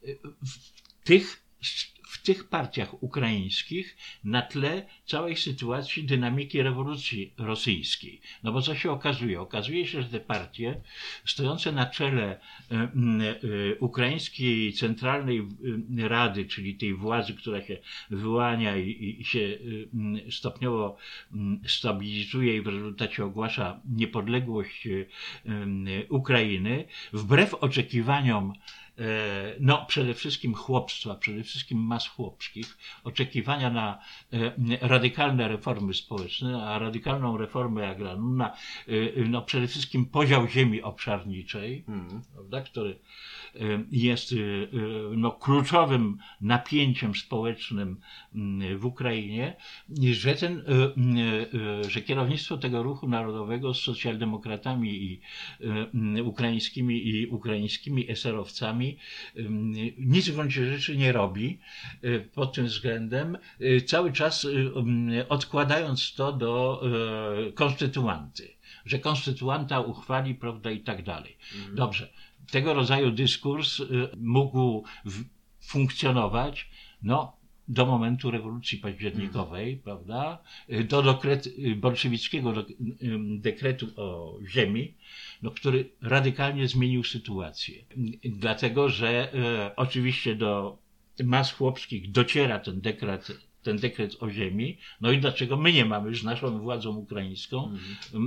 w tych partiach ukraińskich na tle całej sytuacji dynamiki rewolucji rosyjskiej. No bo co się okazuje? Okazuje się, że te partie stojące na czele ukraińskiej Centralnej Rady, czyli tej władzy, która się wyłania i się stopniowo stabilizuje i w rezultacie ogłasza niepodległość Ukrainy, wbrew oczekiwaniom przede wszystkim chłopstwa, przede wszystkim mas chłopskich, oczekiwania na radykalne reformy społeczne, a radykalną reformę agrarną, na przede wszystkim podział ziemi obszarniczej, prawda, który jest kluczowym napięciem społecznym w Ukrainie, że kierownictwo tego ruchu narodowego z socjaldemokratami i ukraińskimi eserowcami nic w gruncie rzeczy nie robi pod tym względem, cały czas odkładając to do konstytuanty, że konstytuanta uchwali, prawda, i tak dalej. Dobrze, tego rodzaju dyskurs mógł funkcjonować, do momentu rewolucji październikowej, prawda, do bolszewickiego dekretu o ziemi, który radykalnie zmienił sytuację. Dlatego, że oczywiście do mas chłopskich dociera ten dekret o ziemi, i dlaczego my nie mamy z naszą władzą ukraińską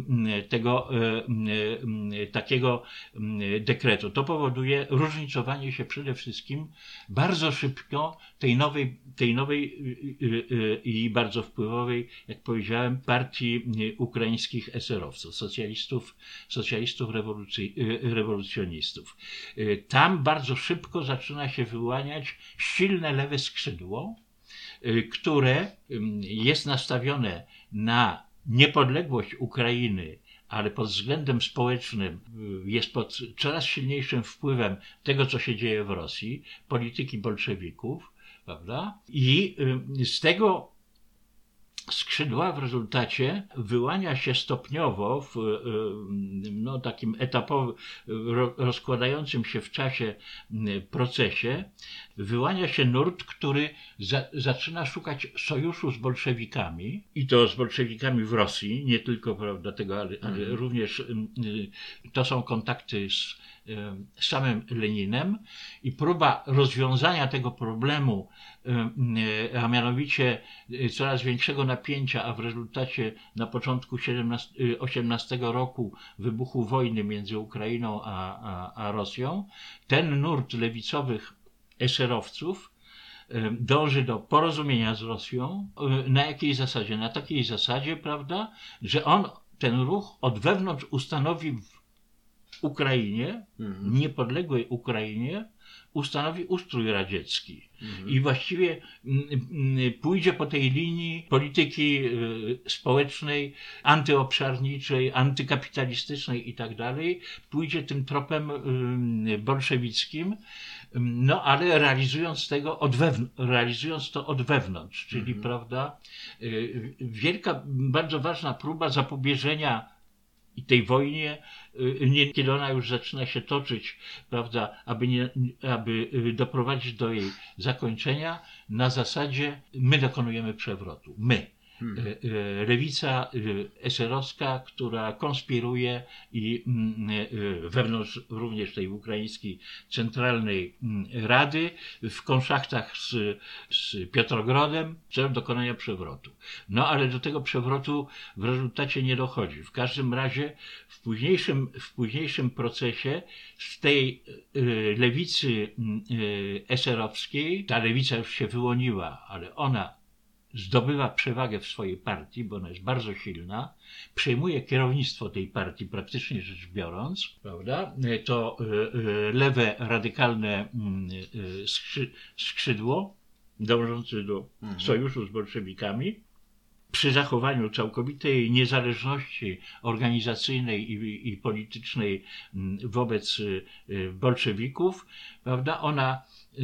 takiego dekretu. To powoduje różnicowanie się przede wszystkim bardzo szybko tej nowej i bardzo wpływowej, jak powiedziałem, partii ukraińskich eserowców, socjalistów rewolucjonistów. Tam bardzo szybko zaczyna się wyłaniać silne lewe skrzydło, które jest nastawione na niepodległość Ukrainy, ale pod względem społecznym jest pod coraz silniejszym wpływem tego, co się dzieje w Rosji, polityki bolszewików, prawda? I z tego skrzydła w rezultacie wyłania się stopniowo w takim etapowym, rozkładającym się w czasie procesie, wyłania się nurt, który zaczyna szukać sojuszu z bolszewikami, i to z bolszewikami w Rosji, nie tylko, prawda, tego, ale również to są kontakty z samym Leninem i próba rozwiązania tego problemu, a mianowicie coraz większego napięcia, a w rezultacie na początku 18 roku wybuchu wojny między Ukrainą a Rosją, ten nurt lewicowych eserowców dąży do porozumienia z Rosją. Na jakiej zasadzie? Na takiej zasadzie, prawda, że ten ruch od wewnątrz ustanowi Ukrainie, niepodległej Ukrainie, ustanowi ustrój radziecki. I właściwie pójdzie po tej linii polityki społecznej, antyobszarniczej, antykapitalistycznej i tak dalej. Pójdzie tym tropem bolszewickim, no ale realizując to od wewnątrz, czyli prawda, wielka, bardzo ważna próba zapobieżenia i tej wojnie, kiedy ona już zaczyna się toczyć, prawda, aby doprowadzić do jej zakończenia, na zasadzie my dokonujemy przewrotu. Lewica eserowska, która konspiruje i wewnątrz również tej ukraińskiej Centralnej Rady w konszachtach z Piotrogrodem celem dokonania przewrotu. No ale do tego przewrotu w rezultacie nie dochodzi. W każdym razie w późniejszym procesie z tej lewicy eserowskiej, ta lewica już się wyłoniła, ale ona zdobywa przewagę w swojej partii, bo ona jest bardzo silna, przejmuje kierownictwo tej partii praktycznie rzecz biorąc, prawda? To lewe, radykalne skrzydło dążące do sojuszu z bolszewikami, przy zachowaniu całkowitej niezależności organizacyjnej i politycznej wobec bolszewików, prawda? Ona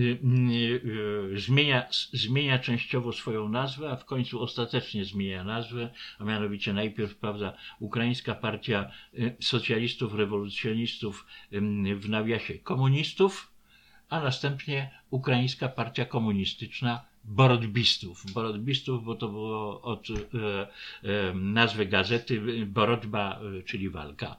zmienia częściowo swoją nazwę, a w końcu ostatecznie zmienia nazwę, a mianowicie najpierw, prawda, Ukraińska Partia Socjalistów, Rewolucjonistów, w nawiasie komunistów, a następnie Ukraińska Partia Komunistyczna Borodbistów, bo to było od nazwy gazety Borodba, czyli walka.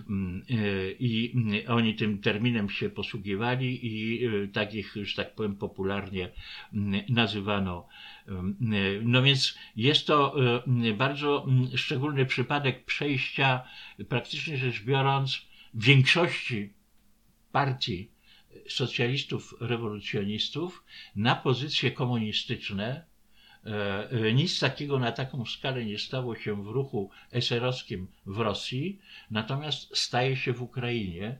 I oni tym terminem się posługiwali i takich, że tak powiem, popularnie nazywano. No więc jest to bardzo szczególny przypadek przejścia, praktycznie rzecz biorąc, większości partii socjalistów, rewolucjonistów na pozycje komunistyczne. Nic takiego na taką skalę nie stało się w ruchu eserowskim w Rosji, natomiast staje się w Ukrainie,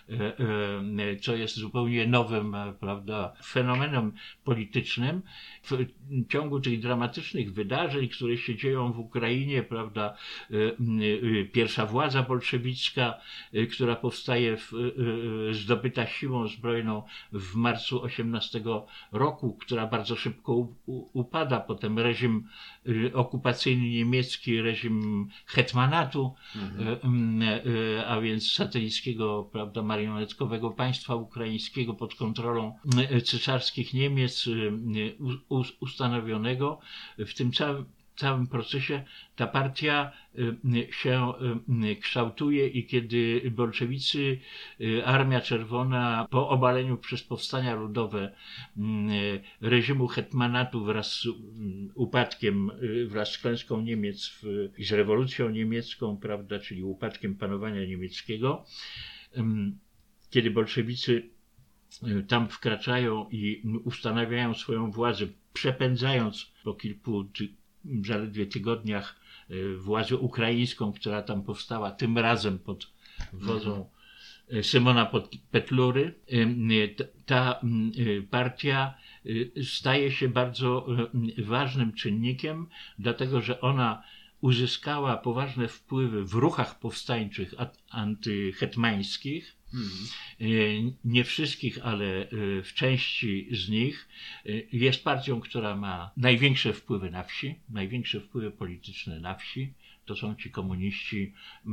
co jest zupełnie nowym, prawda, fenomenem politycznym. W ciągu tych dramatycznych wydarzeń, które się dzieją w Ukrainie, prawda, pierwsza władza bolszewicka, która powstaje zdobyta siłą zbrojną w marcu 18 roku, która bardzo szybko upada, potem reżim okupacyjny niemiecki, reżim hetmanatu, a więc satelickiego, prawda, marionetkowego państwa ukraińskiego pod kontrolą cesarskich Niemiec ustanowionego. W tym całym procesie ta partia się kształtuje i kiedy bolszewicy, Armia Czerwona po obaleniu przez powstania ludowe reżimu hetmanatu wraz z upadkiem, wraz z klęską Niemiec i z rewolucją niemiecką, prawda, czyli upadkiem panowania niemieckiego, kiedy bolszewicy tam wkraczają i ustanawiają swoją władzę, przepędzając po kilku zaledwie tygodniach władzę ukraińską, która tam powstała, tym razem pod wodzą Szymona Petlury, ta partia staje się bardzo ważnym czynnikiem, dlatego że ona uzyskała poważne wpływy w ruchach powstańczych antyhetmańskich. Nie wszystkich, ale w części z nich. Jest partią, która ma największe wpływy na wsi, największe wpływy polityczne na wsi. To są ci komuniści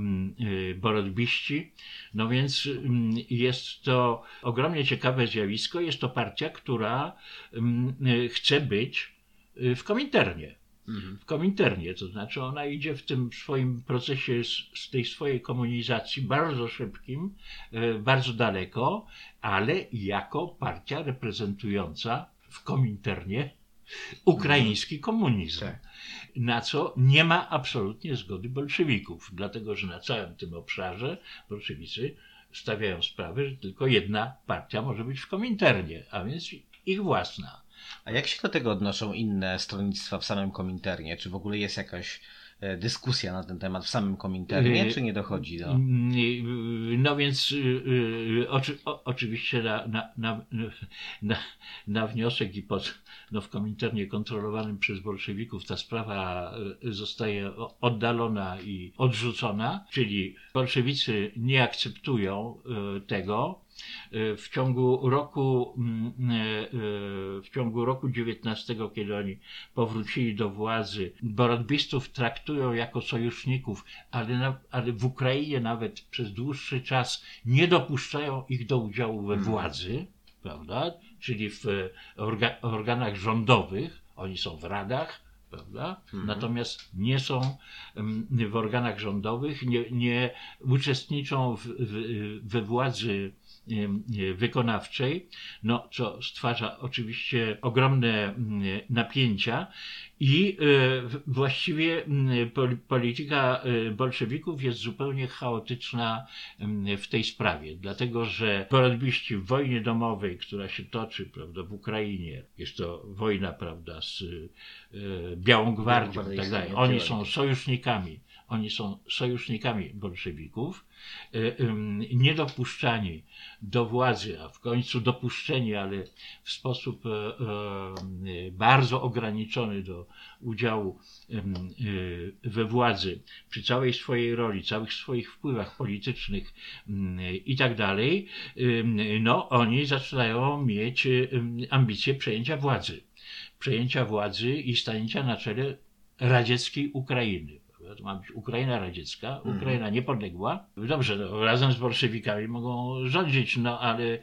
borodbiści. No więc jest to ogromnie ciekawe zjawisko. Jest to partia, która chce być w Kominternie. W Kominternie, to znaczy ona idzie w tym swoim procesie z tej swojej komunizacji bardzo szybkim, bardzo daleko, ale jako partia reprezentująca w Kominternie ukraiński komunizm. Na co nie ma absolutnie zgody bolszewików, dlatego że na całym tym obszarze bolszewicy stawiają sprawę, że tylko jedna partia może być w Kominternie, a więc ich własna. A jak się do tego odnoszą inne stronnictwa w samym Kominternie? Czy w ogóle jest jakaś dyskusja na ten temat w samym Kominternie, czy nie dochodzi do... No więc oczywiście na wniosek i w Kominternie kontrolowanym przez bolszewików ta sprawa zostaje oddalona i odrzucona, czyli bolszewicy nie akceptują tego. W ciągu roku 19, kiedy oni powrócili do władzy, borotbistów traktują jako sojuszników, ale w Ukrainie nawet przez dłuższy czas nie dopuszczają ich do udziału we władzy, prawda? Czyli w organach rządowych, oni są w radach, prawda? Natomiast nie są w organach rządowych, nie uczestniczą we władzy wykonawczej, no, co stwarza oczywiście ogromne napięcia i właściwie polityka bolszewików jest zupełnie chaotyczna w tej sprawie, dlatego że borotbiści w wojnie domowej, która się toczy, prawda, w Ukrainie, jest to wojna, prawda, z Białą Gwardią i tak dalej, oni są sojusznikami bolszewików, niedopuszczani do władzy, a w końcu dopuszczeni, ale w sposób bardzo ograniczony do udziału we władzy, przy całej swojej roli, całych swoich wpływach politycznych i tak dalej, no oni zaczynają mieć ambicje przejęcia władzy i stanięcia na czele radzieckiej Ukrainy. To ma być Ukraina radziecka, Ukraina niepodległa. Dobrze, no, razem z bolszewikami mogą rządzić, no ale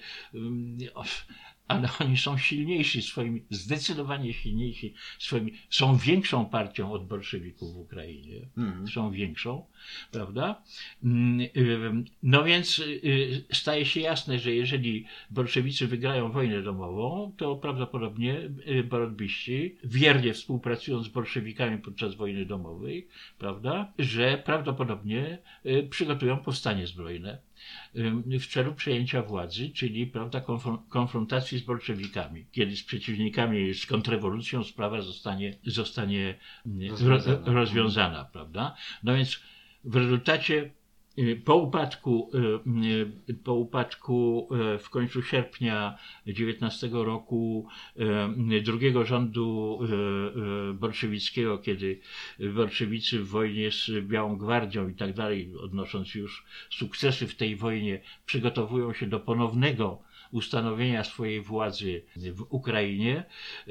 oni są silniejsi zdecydowanie silniejsi są większą partią od bolszewików w Ukrainie. Są większą, prawda? No więc staje się jasne, że jeżeli bolszewicy wygrają wojnę domową, to prawdopodobnie borotbiści, wiernie współpracując z bolszewikami podczas wojny domowej, prawda, że prawdopodobnie przygotują powstanie zbrojne w celu przejęcia władzy, czyli, prawda, konfrontacji z bolszewikami. Kiedy z przeciwnikami, z kontrrewolucją sprawa zostanie rozwiązana, prawda? No więc w rezultacie po upadku w końcu sierpnia 19 roku drugiego rządu bolszewickiego, kiedy bolszewicy w wojnie z Białą Gwardią i tak dalej, odnosząc już sukcesy w tej wojnie, przygotowują się do ponownego ustanowienia swojej władzy w Ukrainie,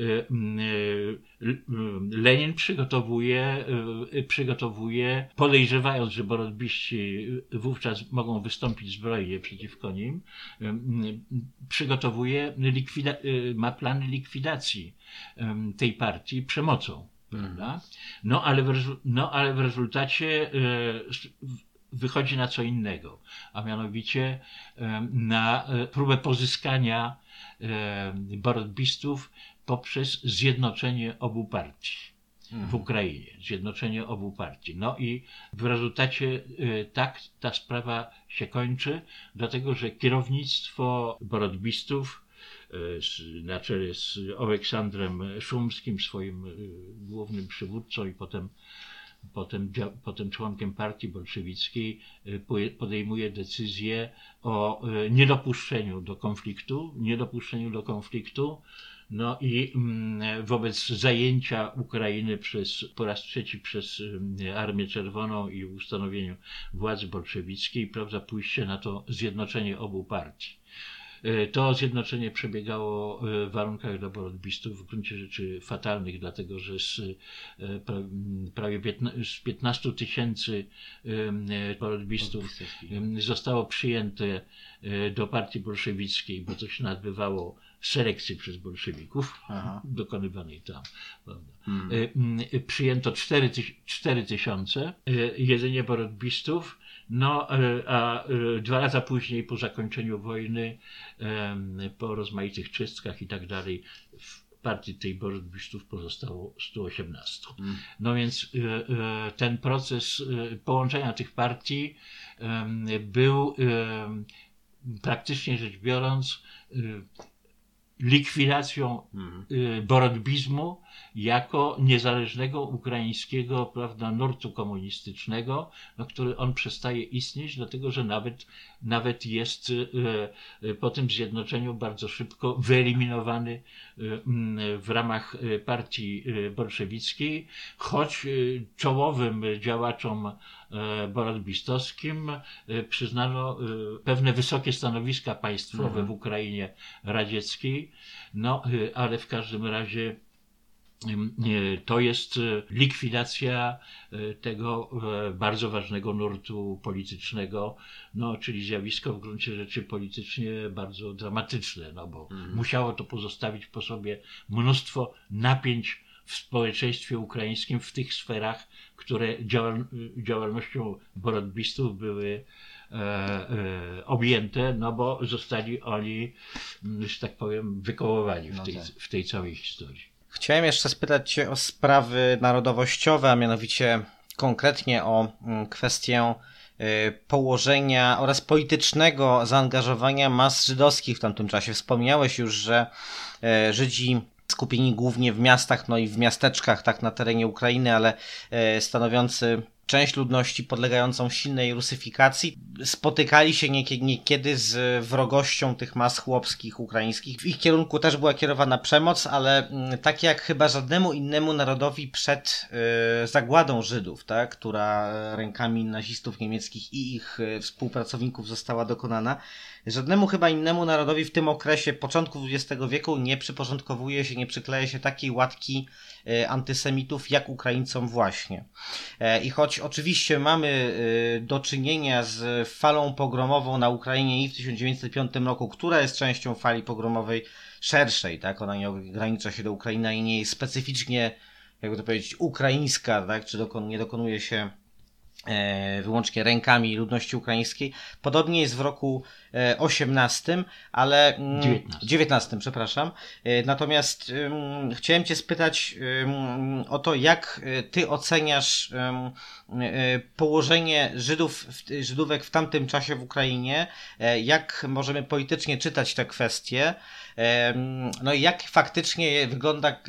Lenin przygotowuje, podejrzewając, że borotbiści wówczas mogą wystąpić zbrojnie przeciwko nim, ma plany likwidacji tej partii przemocą. Prawda? No ale w rezultacie wychodzi na co innego, a mianowicie na próbę pozyskania borotbistów poprzez zjednoczenie obu partii w Ukrainie. Zjednoczenie obu partii. No i w rezultacie tak ta sprawa się kończy, dlatego że kierownictwo borotbistów na czele z Oleksandrem Szumskim, swoim głównym przywódcą i potem członkiem partii bolszewickiej, podejmuje decyzję o niedopuszczeniu do konfliktu, no i wobec zajęcia Ukrainy po raz trzeci przez Armię Czerwoną i ustanowieniu władzy bolszewickiej, prawda, pójście na to zjednoczenie obu partii. To zjednoczenie przebiegało w warunkach dla borotbistów w gruncie rzeczy fatalnych, dlatego że prawie 15 000 borotbistów zostało przyjęte do partii bolszewickiej, bo to się nazywało selekcji przez bolszewików, dokonywanej tam. Przyjęto 4 000 jedynie borotbistów. No, a 2 lata później, po zakończeniu wojny, po rozmaitych czystkach i tak dalej, w partii tej borotbistów pozostało 118. No więc ten proces połączenia tych partii był praktycznie rzecz biorąc likwidacją borotbizmu jako niezależnego ukraińskiego, prawda, nurtu komunistycznego, no, który on przestaje istnieć, dlatego że nawet jest po tym zjednoczeniu bardzo szybko wyeliminowany w ramach partii bolszewickiej, choć czołowym działaczom borotbistowskim przyznano pewne wysokie stanowiska państwowe w Ukrainie radzieckiej, no ale w każdym razie to jest likwidacja tego bardzo ważnego nurtu politycznego, no, czyli zjawisko w gruncie rzeczy politycznie bardzo dramatyczne, no bo musiało to pozostawić po sobie mnóstwo napięć w społeczeństwie ukraińskim w tych sferach, które działalnością borotbistów były objęte, no bo zostali oni, że tak powiem, wykołowani w tej całej historii. Chciałem jeszcze spytać Cię o sprawy narodowościowe, a mianowicie konkretnie o kwestię położenia oraz politycznego zaangażowania mas żydowskich w tamtym czasie. Wspomniałeś już, że Żydzi skupieni głównie w miastach, no i w miasteczkach, tak na terenie Ukrainy, ale stanowiący część ludności podlegającą silnej rusyfikacji, spotykali się niekiedy z wrogością tych mas chłopskich ukraińskich. W ich kierunku też była kierowana przemoc, ale tak jak chyba żadnemu innemu narodowi przed zagładą Żydów, tak, która rękami nazistów niemieckich i ich współpracowników została dokonana, żadnemu chyba innemu narodowi w tym okresie początku XX wieku nie przyporządkowuje się, nie przykleja się takiej łatki antysemitów jak Ukraińcom właśnie. I choć oczywiście mamy do czynienia z falą pogromową na Ukrainie i w 1905 roku, która jest częścią fali pogromowej szerszej, tak? Ona nie ogranicza się do Ukrainy i nie jest specyficznie, jakby to powiedzieć, ukraińska, tak? Czy nie dokonuje się wyłącznie rękami ludności ukraińskiej. Podobnie jest w roku 18, ale 19, przepraszam. Natomiast chciałem Cię spytać o to, jak Ty oceniasz położenie Żydówek w tamtym czasie w Ukrainie, jak możemy politycznie czytać te kwestie, no i jak faktycznie wygląda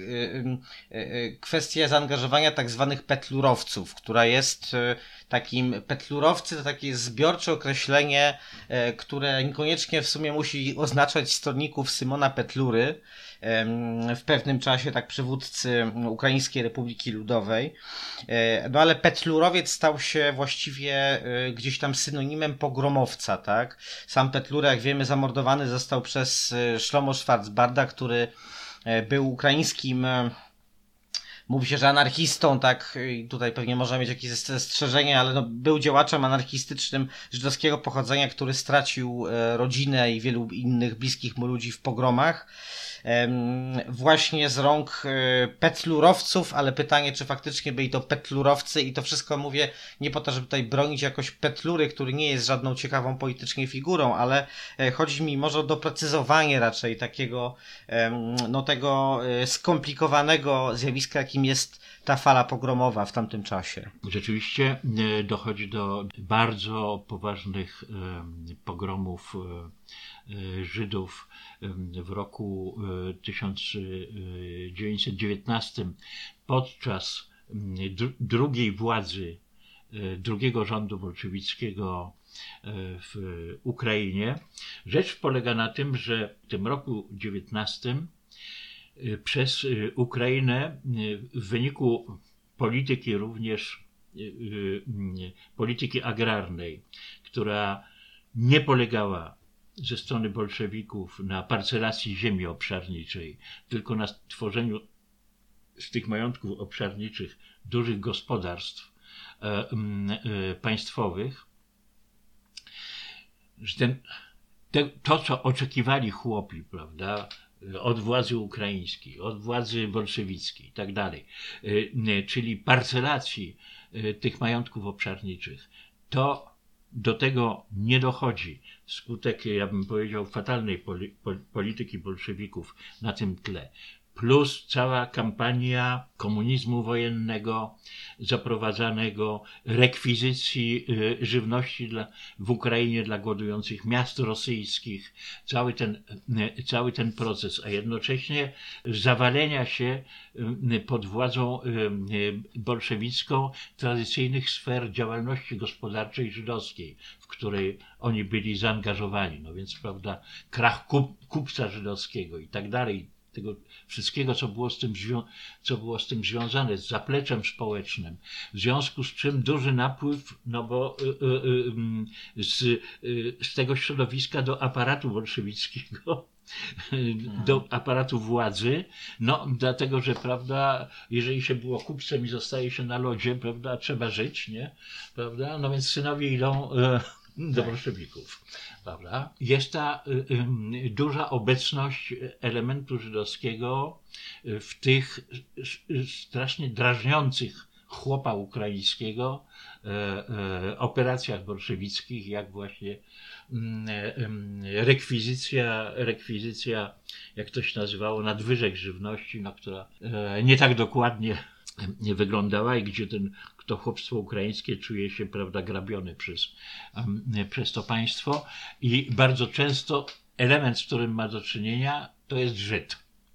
kwestia zaangażowania tak zwanych petlurowców, która jest petlurowcy to takie zbiorcze określenie, które niekoniecznie w sumie musi oznaczać stronników Symona Petlury, w pewnym czasie tak przywódcy Ukraińskiej Republiki Ludowej. No ale petlurowiec stał się właściwie gdzieś tam synonimem pogromowca, tak? Sam Petlura, jak wiemy, zamordowany został przez Szlomo Schwarzbarda, który był ukraińskim, mówi się, że anarchistą, tak, i tutaj pewnie można mieć jakieś zastrzeżenia, ale no, był działaczem anarchistycznym żydowskiego pochodzenia, który stracił rodzinę i wielu innych bliskich mu ludzi w pogromach. Właśnie z rąk petlurowców, ale pytanie, czy faktycznie byli to petlurowcy, i to wszystko mówię nie po to, żeby tutaj bronić jakoś Petlury, który nie jest żadną ciekawą politycznie figurą, ale chodzi mi może o doprecyzowanie raczej takiego no tego skomplikowanego zjawiska, jakim jest ta fala pogromowa w tamtym czasie. Rzeczywiście dochodzi do bardzo poważnych pogromów Żydów w roku 1919 podczas drugiej władzy, drugiego rządu bolszewickiego w Ukrainie. Rzecz polega na tym, że w tym roku 19 przez Ukrainę w wyniku polityki również polityki agrarnej, która nie polegała ze strony bolszewików na parcelacji ziemi obszarniczej, tylko na tworzeniu z tych majątków obszarniczych dużych gospodarstw państwowych, że to, co oczekiwali chłopi, prawda, od władzy ukraińskiej, od władzy bolszewickiej i tak dalej, czyli parcelacji tych majątków obszarniczych, to do tego nie dochodzi wskutek, ja bym powiedział, fatalnej polityki bolszewików na tym tle. plus cała kampania komunizmu wojennego zaprowadzanego, rekwizycji żywności w Ukrainie dla głodujących miast rosyjskich, cały ten proces, a jednocześnie zawalenia się pod władzą bolszewicką tradycyjnych sfer działalności gospodarczej żydowskiej, w której oni byli zaangażowani. No więc, prawda, krach kupca żydowskiego i tak dalej, tego wszystkiego, co było z tym związane, z zapleczem społecznym, w związku z czym duży napływ, no bo z tego środowiska do aparatu bolszewickiego, do aparatu władzy, no dlatego, że, prawda, jeżeli się było kupcem i zostaje się na lodzie, prawda, trzeba żyć, nie, prawda, no więc synowie idą do bolszewików, prawda. Jest ta duża obecność elementu żydowskiego w tych strasznie drażniących chłopa ukraińskiego operacjach bolszewickich, jak właśnie rekwizycja, jak to się nazywało, nadwyżek żywności, no, która nie tak dokładnie nie wyglądała i gdzie to chłopstwo ukraińskie czuje się, prawda, grabione przez to państwo i bardzo często element, z którym ma do czynienia, to jest Żyd.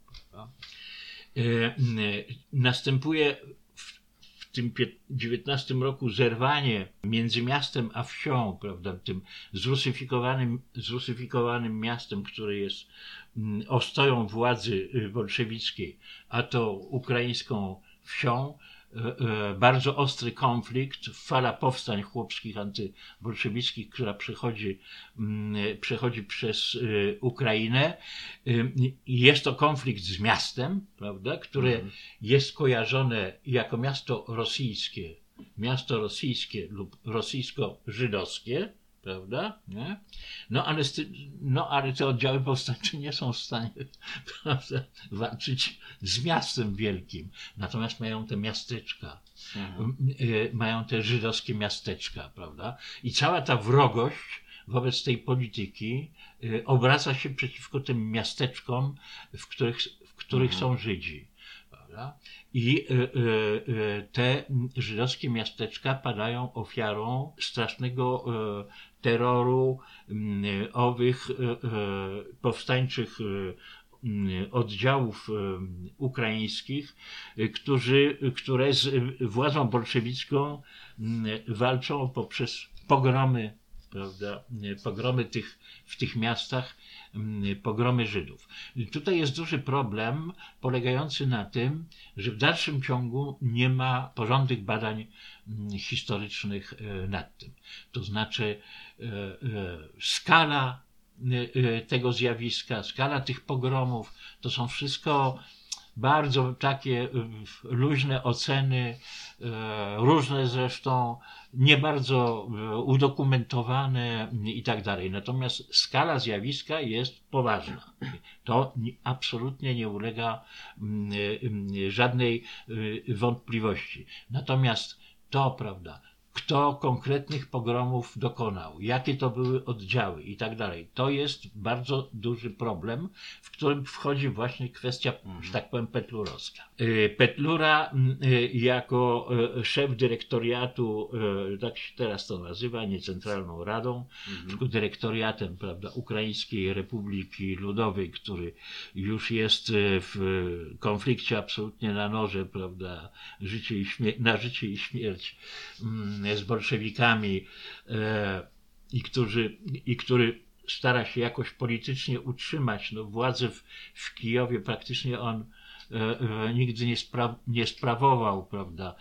Następuje w tym 19 roku zerwanie między miastem a wsią, prawda, tym zrusyfikowanym miastem, które jest ostoją władzy bolszewickiej, a to ukraińską wsią. Bardzo ostry konflikt, fala powstań chłopskich antybolszewickich, która przechodzi przez Ukrainę. Jest to konflikt z miastem, prawda, które jest kojarzone jako miasto rosyjskie lub rosyjsko-żydowskie, prawda? Nie? Ale te oddziały powstańcze nie są w stanie, prawda, walczyć z miastem wielkim. Natomiast mają te miasteczka, mają te żydowskie miasteczka, prawda? I cała ta wrogość wobec tej polityki obraca się przeciwko tym miasteczkom, w których są Żydzi. Prawda? I te żydowskie miasteczka padają ofiarą strasznego terroru owych powstańczych oddziałów ukraińskich, które z władzą bolszewicką walczą poprzez pogromy, prawda, pogromy w tych miastach, pogromy Żydów. Tutaj jest duży problem polegający na tym, że w dalszym ciągu nie ma porządnych badań historycznych nad tym. To znaczy skala tego zjawiska, skala tych pogromów, to są wszystko bardzo takie luźne oceny, różne zresztą, nie bardzo udokumentowane i tak dalej. Natomiast skala zjawiska jest poważna. To absolutnie nie ulega żadnej wątpliwości. Natomiast to, prawda, kto konkretnych pogromów dokonał, jakie to były oddziały i tak dalej. To jest bardzo duży problem, w którym wchodzi właśnie kwestia, że tak powiem, petlurowska. Petlura jako szef dyrektoriatu, tak się teraz to nazywa, nie Centralną Radą, tylko dyrektoriatem, prawda, Ukraińskiej Republiki Ludowej, który już jest w konflikcie absolutnie na noże, prawda, na życie i śmierć z bolszewikami i który stara się jakoś politycznie utrzymać władzę w Kijowie. Praktycznie on nigdy nie sprawował, prawda.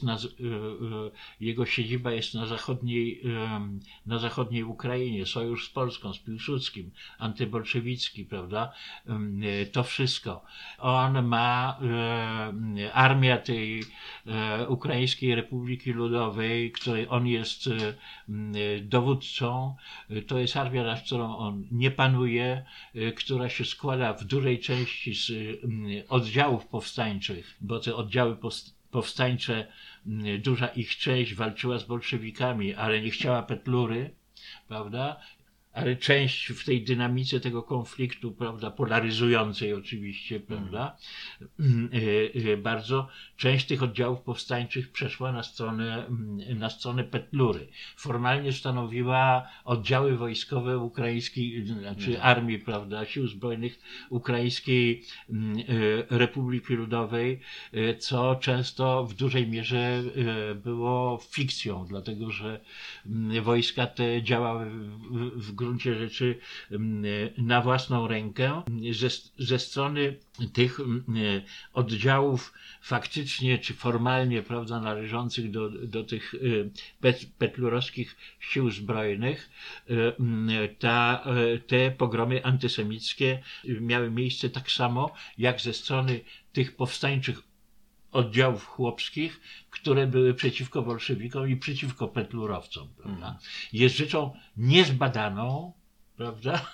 Jego siedziba jest na zachodniej Ukrainie, sojusz z Polską, z Piłsudskim, antybolszewicki, prawda. To wszystko. On ma armia tej Ukraińskiej Republiki Ludowej, której on jest dowódcą. To jest armia, nad którą on nie panuje, która się składa w dużej części z oddziałów powstańczych, bo te oddziały powstańcze, duża ich część walczyła z bolszewikami, ale nie chciała Petlury, prawda? ale część w tej dynamice tego konfliktu, prawda, polaryzującej oczywiście, prawda, bardzo część tych oddziałów powstańczych przeszła na stronę Petlury. Formalnie stanowiła oddziały wojskowe ukraińskiej, znaczy armii, prawda, Sił Zbrojnych Ukraińskiej Republiki Ludowej, co często w dużej mierze było fikcją, dlatego że wojska te działały w gruncie rzeczy na własną rękę. Ze strony tych oddziałów faktycznie czy formalnie, prawda, należących do tych petlurowskich sił zbrojnych, te pogromy antysemickie miały miejsce tak samo jak ze strony tych powstańczych oddziałów chłopskich, które były przeciwko bolszewikom i przeciwko petlurowcom, prawda? Jest rzeczą niezbadaną, prawda?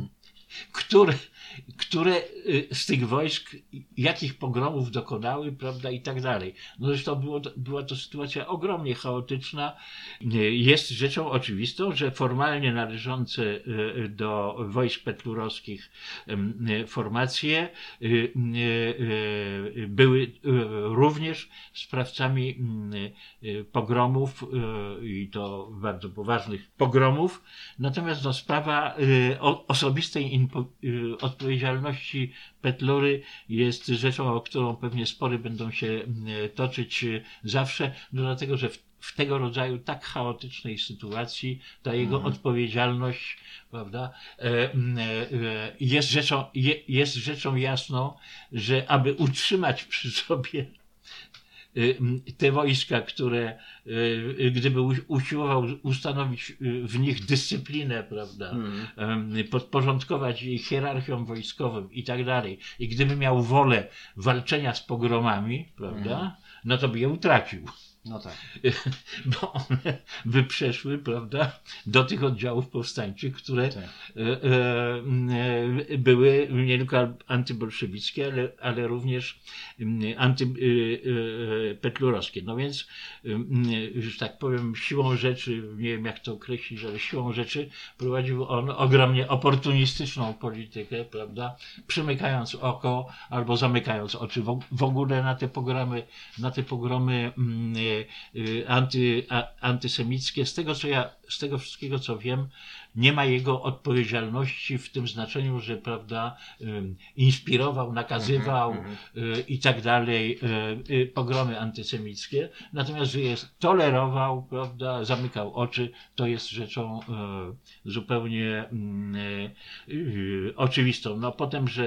Które z tych wojsk, jakich pogromów dokonały, prawda, i tak dalej. No zresztą była to sytuacja ogromnie chaotyczna. Jest rzeczą oczywistą, że formalnie należące do wojsk petlurowskich formacje były również sprawcami pogromów i to bardzo poważnych pogromów. Natomiast no, sprawa osobistej odpowiedzialności Petlury jest rzeczą, o którą pewnie spory będą się toczyć zawsze, no dlatego, że w tego rodzaju tak chaotycznej sytuacji ta jego odpowiedzialność, prawda, jest rzeczą jasną, że aby utrzymać przy sobie te wojska, które gdyby usiłował ustanowić w nich dyscyplinę, prawda, podporządkować jej hierarchią wojskową i tak dalej, i gdyby miał wolę walczenia z pogromami, prawda, no to by je utracił. No tak. Bo one by przeszły, prawda, do tych oddziałów powstańczych, które były nie tylko antybolszewickie, ale również antypetlurowskie. No więc, że tak powiem, siłą rzeczy, nie wiem jak to określić, ale siłą rzeczy prowadził on ogromnie oportunistyczną politykę, prawda, przymykając oko albo zamykając oczy w ogóle na te pogromy antysemickie. Z tego wszystkiego co wiem, nie ma jego odpowiedzialności w tym znaczeniu, że, prawda, inspirował, nakazywał i tak dalej pogromy antysemickie. Natomiast, że tolerował, prawda, zamykał oczy, to jest rzeczą zupełnie oczywistą. No potem, że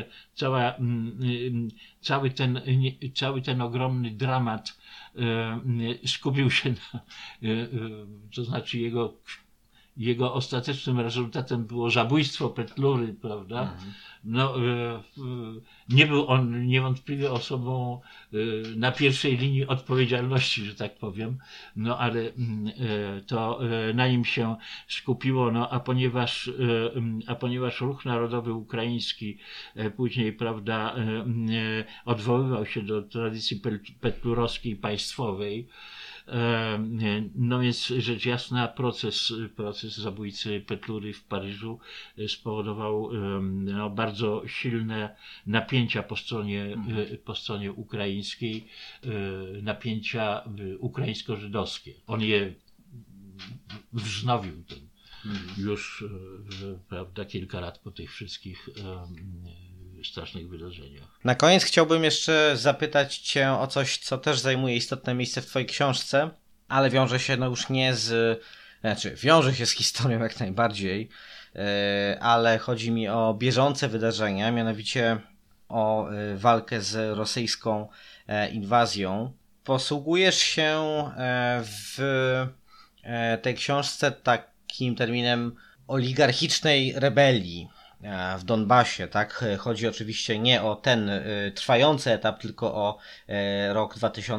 cały ten ogromny dramat skupił się na, to znaczy jego ostatecznym rezultatem było zabójstwo Petlury, prawda? No, nie był on niewątpliwie osobą na pierwszej linii odpowiedzialności, że tak powiem, no ale to na nim się skupiło, no a ponieważ Ruch Narodowy Ukraiński później, prawda, odwoływał się do tradycji petlurowskiej państwowej, no więc rzecz jasna proces zabójcy Petlury w Paryżu spowodował no, bardzo silne napięcia po stronie ukraińskiej, napięcia ukraińsko-żydowskie. On je wznowił już, prawda, kilka lat po tych wszystkich strasznych wydarzeniach. Na koniec chciałbym jeszcze zapytać Cię o coś, co też zajmuje istotne miejsce w Twojej książce, ale wiąże się no już nie wiąże się z historią jak najbardziej, ale chodzi mi o bieżące wydarzenia, mianowicie o walkę z rosyjską inwazją. Posługujesz się w tej książce takim terminem oligarchicznej rebelii w Donbasie, tak? Chodzi oczywiście nie o ten trwający etap, tylko o rok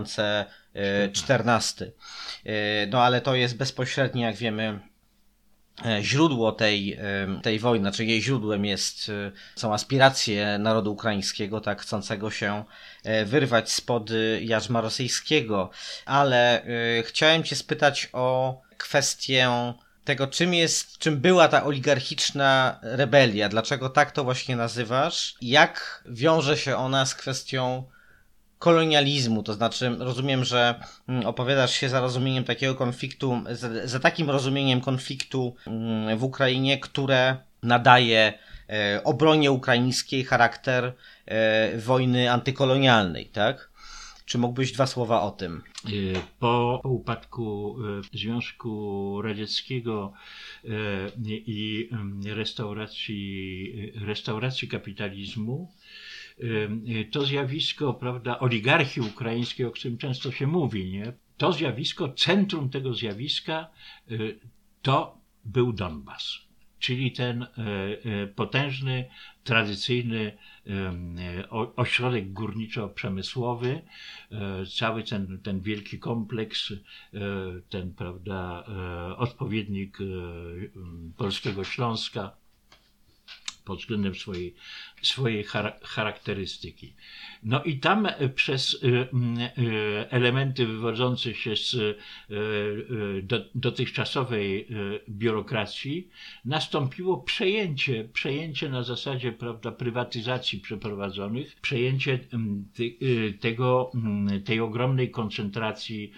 2014. No ale to jest bezpośrednio, jak wiemy, źródło tej wojny, znaczy jej źródłem są aspiracje narodu ukraińskiego, tak, chcącego się wyrwać spod jarzma rosyjskiego. Ale chciałem Cię spytać o kwestię tego, czym była ta oligarchiczna rebelia, dlaczego tak to właśnie nazywasz, jak wiąże się ona z kwestią kolonializmu, to znaczy rozumiem, że opowiadasz się za rozumieniem takiego konfliktu, za takim rozumieniem konfliktu w Ukrainie, które nadaje obronie ukraińskiej charakter wojny antykolonialnej, tak? Czy mógłbyś 2 słowa o tym? Po upadku Związku Radzieckiego i restauracji kapitalizmu, to zjawisko, prawda, oligarchii ukraińskiej, o którym często się mówi, nie? To zjawisko, centrum tego zjawiska to był Donbas, czyli ten potężny, tradycyjny ośrodek górniczo-przemysłowy, cały ten wielki kompleks, ten, prawda, odpowiednik polskiego Śląska pod względem swojej charakterystyki. No i tam przez elementy wywodzące się z dotychczasowej biurokracji nastąpiło przejęcie na zasadzie, prawda, prywatyzacji przeprowadzonych, przejęcie tej ogromnej koncentracji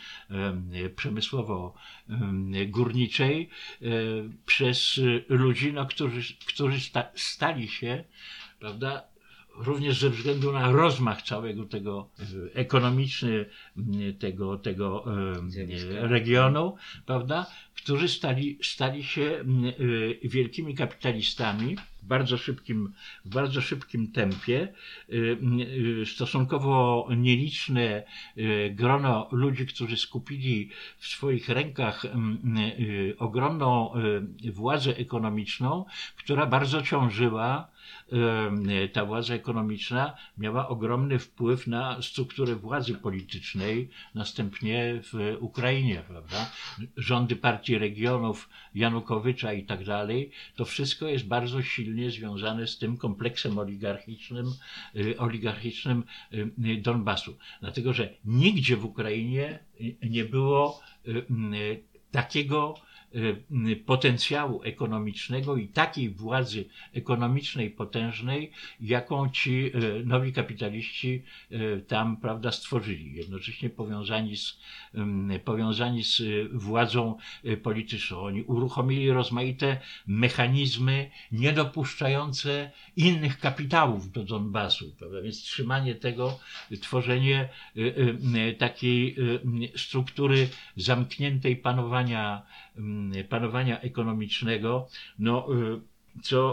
przemysłowo-górniczej przez ludzi, no, którzy stali się, prawda, również ze względu na rozmach całego tego ekonomiczny tego regionu, prawda, którzy stali się wielkimi kapitalistami w bardzo szybkim tempie. Stosunkowo nieliczne grono ludzi, którzy skupili w swoich rękach ogromną władzę ekonomiczną, która bardzo ciążyła. Ta władza ekonomiczna miała ogromny wpływ na strukturę władzy politycznej, następnie w Ukrainie, prawda? Rządy Partii Regionów, Janukowycza i tak dalej, to wszystko jest bardzo silnie związane z tym kompleksem oligarchicznym Donbasu. Dlatego, że nigdzie w Ukrainie nie było takiego potencjału ekonomicznego i takiej władzy ekonomicznej potężnej, jaką ci nowi kapitaliści tam, prawda, stworzyli, jednocześnie powiązani z władzą polityczną. Oni uruchomili rozmaite mechanizmy niedopuszczające innych kapitałów do Donbasu, prawda? Więc trzymanie tego, tworzenie takiej struktury zamkniętej panowania ekonomicznego, no, co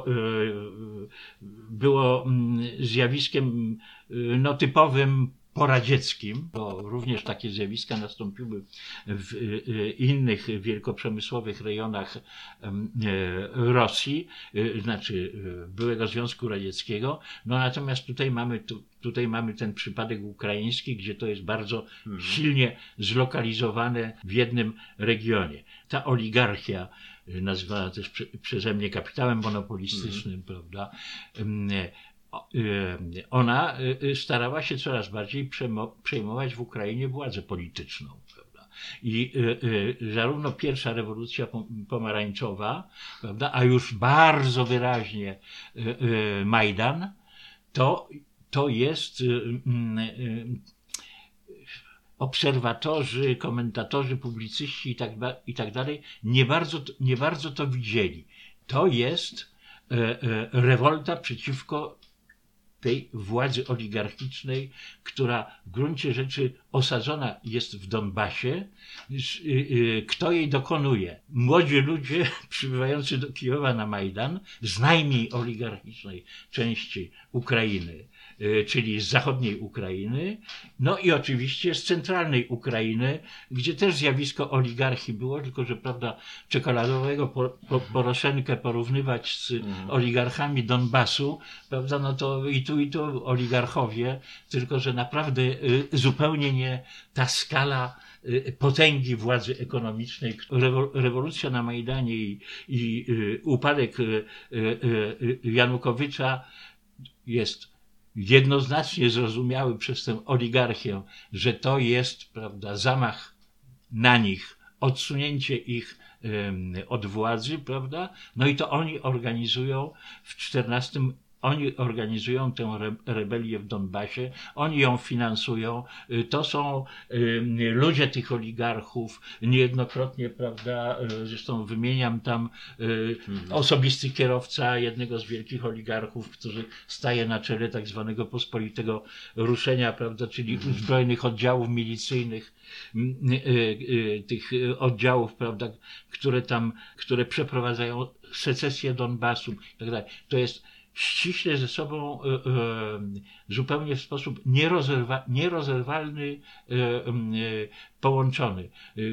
było zjawiskiem no, typowym poradzieckim, bo również takie zjawiska nastąpiły w innych wielkoprzemysłowych rejonach Rosji, znaczy byłego Związku Radzieckiego, no natomiast tutaj mamy ten przypadek ukraiński, gdzie to jest bardzo silnie zlokalizowane w jednym regionie. Ta oligarchia, nazywana też przeze mnie kapitałem monopolistycznym, prawda, ona starała się coraz bardziej przejmować w Ukrainie władzę polityczną. Prawda? I zarówno pierwsza rewolucja pomarańczowa, prawda, a już bardzo wyraźnie Majdan, to jest obserwatorzy, komentatorzy, publicyści i tak dalej nie bardzo to widzieli. To jest rewolta przeciwko tej władzy oligarchicznej, która w gruncie rzeczy osadzona jest w Donbasie. Kto jej dokonuje? Młodzi ludzie przybywający do Kijowa na Majdan z najmniej oligarchicznej części Ukrainy, czyli z zachodniej Ukrainy, no i oczywiście z centralnej Ukrainy, gdzie też zjawisko oligarchii było, tylko że, prawda, czekoladowego Poroszenkę porównywać z oligarchami Donbasu, prawda, no to i tu oligarchowie, tylko że naprawdę zupełnie nie ta skala potęgi władzy ekonomicznej. Rewolucja na Majdanie i upadek Janukowycza jest jednoznacznie zrozumiały przez tę oligarchię, że to jest, prawda, zamach na nich, odsunięcie ich od władzy, prawda? No i to oni organizują oni organizują tę rebelię w Donbasie, oni ją finansują. To są ludzie tych oligarchów, niejednokrotnie, prawda, zresztą wymieniam tam osobisty kierowca jednego z wielkich oligarchów, który staje na czele tak zwanego pospolitego ruszenia, prawda, czyli uzbrojonych oddziałów milicyjnych, tych oddziałów, prawda, które przeprowadzają secesję Donbasu i tak dalej. To jest ściśle ze sobą zupełnie w sposób nierozerwalny połączony.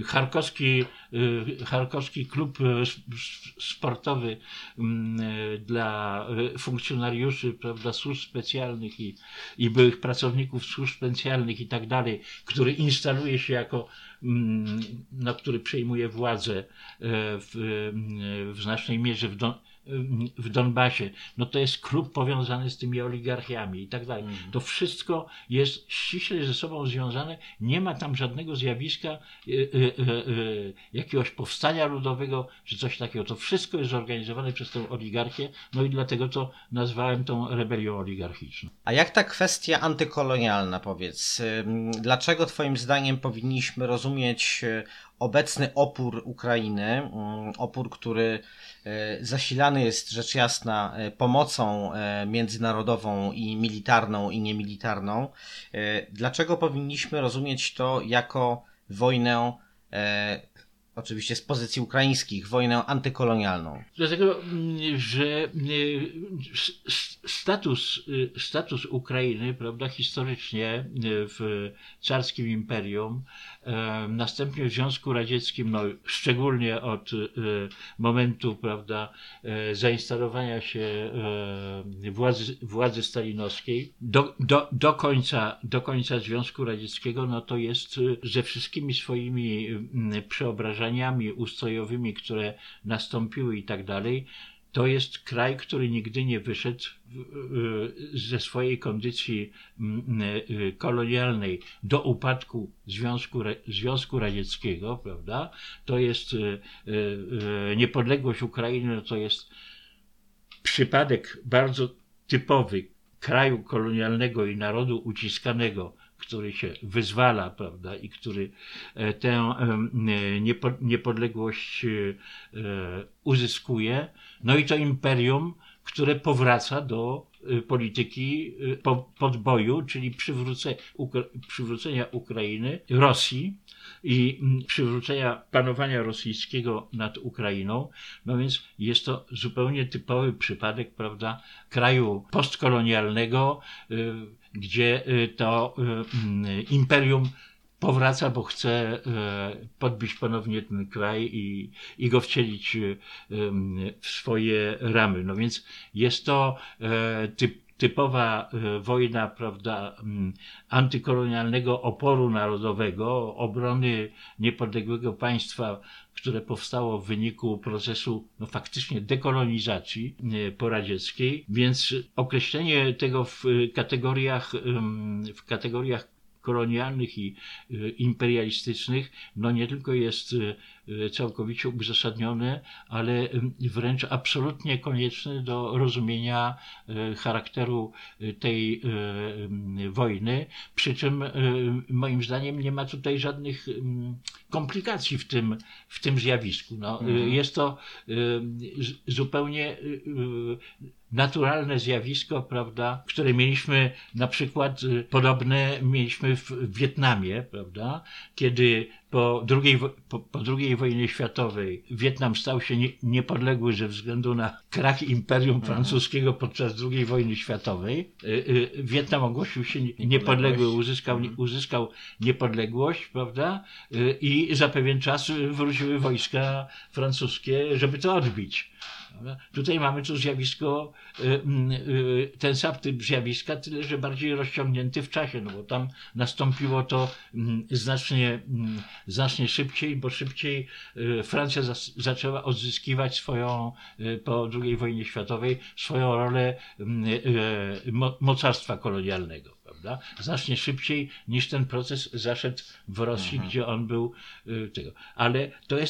Charkowski klub sportowy dla funkcjonariuszy, prawda, służb specjalnych i byłych pracowników służb specjalnych i tak dalej, który instaluje się jako który przejmuje władzę w znacznej mierze w Donbasie, no to jest klub powiązany z tymi oligarchiami i tak dalej. To wszystko jest ściśle ze sobą związane. Nie ma tam żadnego zjawiska jakiegoś powstania ludowego, czy coś takiego. To wszystko jest zorganizowane przez tę oligarchię, no i dlatego to nazwałem tą rebelią oligarchiczną. A jak ta kwestia antykolonialna, powiedz? Dlaczego twoim zdaniem powinniśmy rozumieć obecny opór Ukrainy, opór, który zasilany jest rzecz jasna pomocą międzynarodową i militarną i niemilitarną? Dlaczego powinniśmy rozumieć to jako wojnę, oczywiście z pozycji ukraińskich, wojnę antykolonialną? Dlatego, że status Ukrainy, prawda, historycznie w carskim imperium, następnie w Związku Radzieckim, no, szczególnie od momentu, prawda, zainstalowania się władzy stalinowskiej do końca Związku Radzieckiego, no to jest ze wszystkimi swoimi przeobrażeniami ustrojowymi, które nastąpiły i tak dalej, to jest kraj, który nigdy nie wyszedł ze swojej kondycji kolonialnej do upadku Związku Radzieckiego, prawda? To jest niepodległość Ukrainy, to jest przypadek bardzo typowy kraju kolonialnego i narodu uciskanego, który się wyzwala, prawda, i który tę niepodległość uzyskuje. No i to imperium, które powraca do polityki podboju, czyli przywrócenia Ukrainy, Rosji i przywrócenia panowania rosyjskiego nad Ukrainą. No więc jest to zupełnie typowy przypadek, prawda, kraju postkolonialnego, gdzie to imperium powraca, bo chce podbić ponownie ten kraj i go wcielić w swoje ramy. No więc jest to typowa wojna, prawda, antykolonialnego oporu narodowego, obrony niepodległego państwa, które powstało w wyniku procesu, no, faktycznie dekolonizacji poradzieckiej, więc określenie tego w kategoriach kolonialnych i imperialistycznych, no nie tylko jest całkowicie uzasadnione, ale wręcz absolutnie konieczne do rozumienia charakteru tej wojny, przy czym moim zdaniem nie ma tutaj żadnych komplikacji w tym zjawisku. No, jest to zupełnie naturalne zjawisko, prawda, które mieliśmy na przykład podobne mieliśmy w Wietnamie, prawda, kiedy po II wojnie światowej Wietnam stał się niepodległy ze względu na krach Imperium Francuskiego podczas II wojny światowej. Wietnam ogłosił się niepodległy, uzyskał niepodległość, prawda, i za pewien czas wróciły wojska francuskie, żeby to odbić. Tutaj mamy tu zjawisko, ten sam typ zjawiska, tyle że bardziej rozciągnięty w czasie, no bo tam nastąpiło to znacznie szybciej, bo szybciej Francja zaczęła odzyskiwać po II wojnie światowej swoją rolę mocarstwa kolonialnego, prawda? Znacznie szybciej niż ten proces zaszedł w Rosji, gdzie on był tego. Ale to jest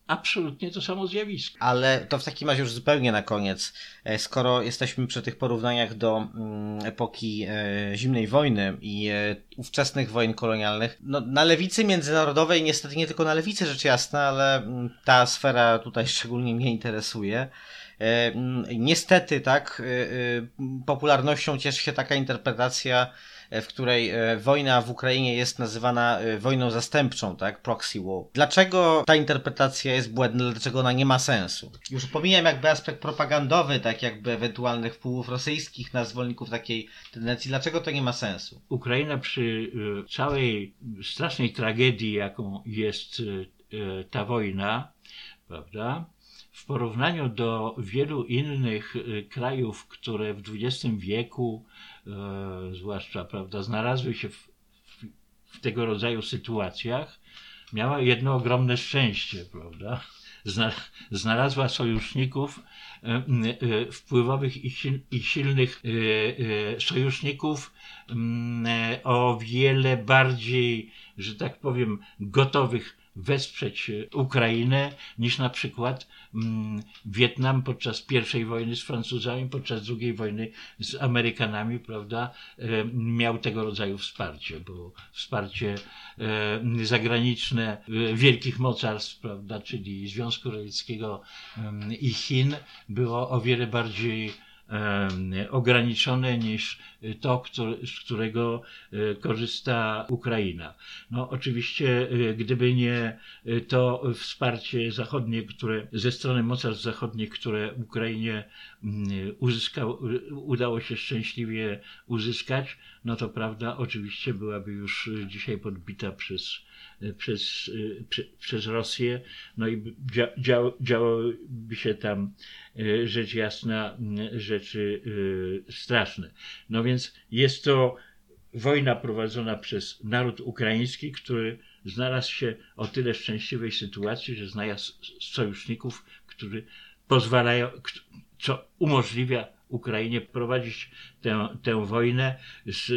absolutnie to samo zjawisko. Ale to w takim razie już zupełnie na koniec, skoro jesteśmy przy tych porównaniach do epoki zimnej wojny i ówczesnych wojen kolonialnych, no, na lewicy międzynarodowej, niestety nie tylko na lewicy rzecz jasna, ale ta sfera tutaj szczególnie mnie interesuje. Niestety, tak, popularnością cieszy się taka interpretacja, w której wojna w Ukrainie jest nazywana wojną zastępczą, tak, proxy war. Dlaczego ta interpretacja jest błędna, dlaczego ona nie ma sensu? Już pomijam jakby aspekt propagandowy, tak jakby ewentualnych wpływów rosyjskich na zwolenników takiej tendencji, dlaczego to nie ma sensu? Ukraina przy całej strasznej tragedii, jaką jest ta wojna, prawda, w porównaniu do wielu innych krajów, które w XX wieku zwłaszcza, prawda, znalazły się w tego rodzaju sytuacjach, miała jedno ogromne szczęście, prawda. Znalazła sojuszników, wpływowych i silnych sojuszników, o wiele bardziej, że tak powiem, gotowych wesprzeć Ukrainę niż na przykład Wietnam podczas I wojny z Francuzami, podczas II wojny z Amerykanami, prawda, miał tego rodzaju wsparcie, bo wsparcie zagraniczne wielkich mocarstw, prawda, czyli Związku Radzieckiego i Chin było o wiele bardziej ograniczone niż to, z którego korzysta Ukraina. No oczywiście, gdyby nie to wsparcie zachodnie, ze strony mocarstw zachodnich, które Ukrainie udało się szczęśliwie uzyskać, no to prawda oczywiście byłaby już dzisiaj podbita przez Rosję, no i działoby się tam rzecz jasna rzeczy straszne. No więc jest to wojna prowadzona przez naród ukraiński, który znalazł się o tyle szczęśliwej sytuacji, że znalazł sojuszników, którzy pozwalają, co umożliwia Ukrainie prowadzić tę wojnę z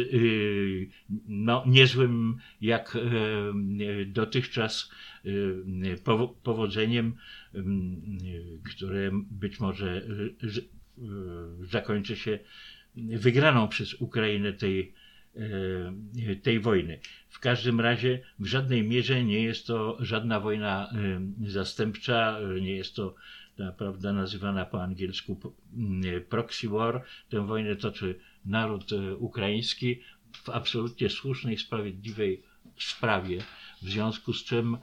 niezłym jak dotychczas powodzeniem, które być może zakończy się wygraną przez Ukrainę tej wojny. W każdym razie w żadnej mierze nie jest to żadna wojna zastępcza, nie jest to prawda nazywana po angielsku proxy war. Tę wojnę toczy naród ukraiński w absolutnie słusznej, sprawiedliwej sprawie, w związku z czym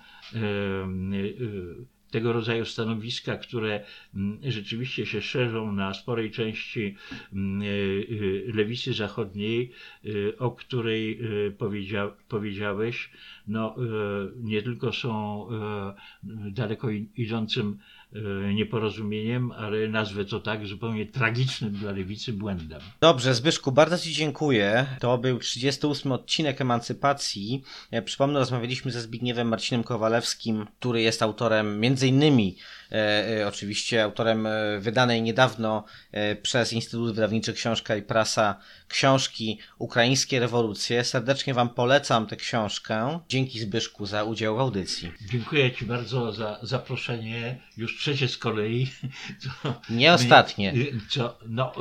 tego rodzaju stanowiska, które rzeczywiście się szerzą na sporej części lewicy zachodniej, o której powiedziałeś, no nie tylko są daleko idącym nieporozumieniem, ale nazwę to tak zupełnie tragicznym dla lewicy błędem. Dobrze, Zbyszku, bardzo Ci dziękuję. To był 38 odcinek Emancypacji. Przypomnę, rozmawialiśmy ze Zbigniewem Marcinem Kowalewskim, który jest autorem m.in. Oczywiście autorem wydanej niedawno przez Instytut Wydawniczy Książka i Prasa książki Ukraińskie rewolucje. Serdecznie Wam polecam tę książkę. Dzięki, Zbyszku, za udział w audycji. Dziękuję Ci bardzo za zaproszenie. Już trzecie z kolei. Nie ostatnie. No,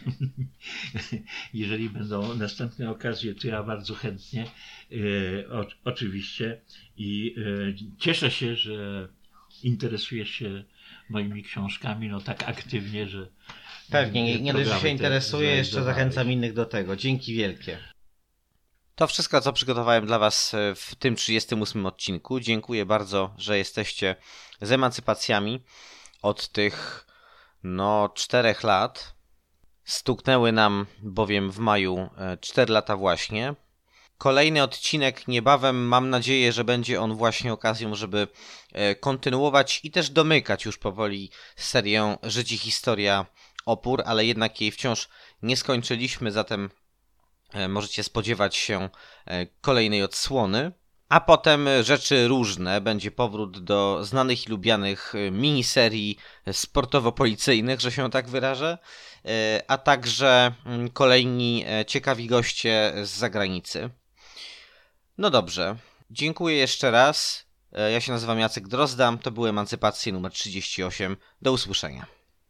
jeżeli będą następne okazje, to ja bardzo chętnie, oczywiście. I cieszę się, że interesujesz się moimi książkami no tak aktywnie, że... Pewnie, nie dość, że się interesuję, jeszcze zachęcam innych do tego. Dzięki wielkie. To wszystko, co przygotowałem dla Was w tym 38 odcinku. Dziękuję bardzo, że jesteście z Emancypacjami od tych 4 lat. Stuknęły nam bowiem w maju 4 lata właśnie. Kolejny odcinek niebawem, mam nadzieję, że będzie on właśnie okazją, żeby kontynuować i też domykać już powoli serię Żyć i Historia Opór, ale jednak jej wciąż nie skończyliśmy, zatem możecie spodziewać się kolejnej odsłony. A potem rzeczy różne, będzie powrót do znanych i lubianych miniserii sportowo-policyjnych, że się tak wyrażę, a także kolejni ciekawi goście z zagranicy. No dobrze, dziękuję jeszcze raz. Ja się nazywam Jacek Drozdam, to były Emancypacje numer 38. Do usłyszenia.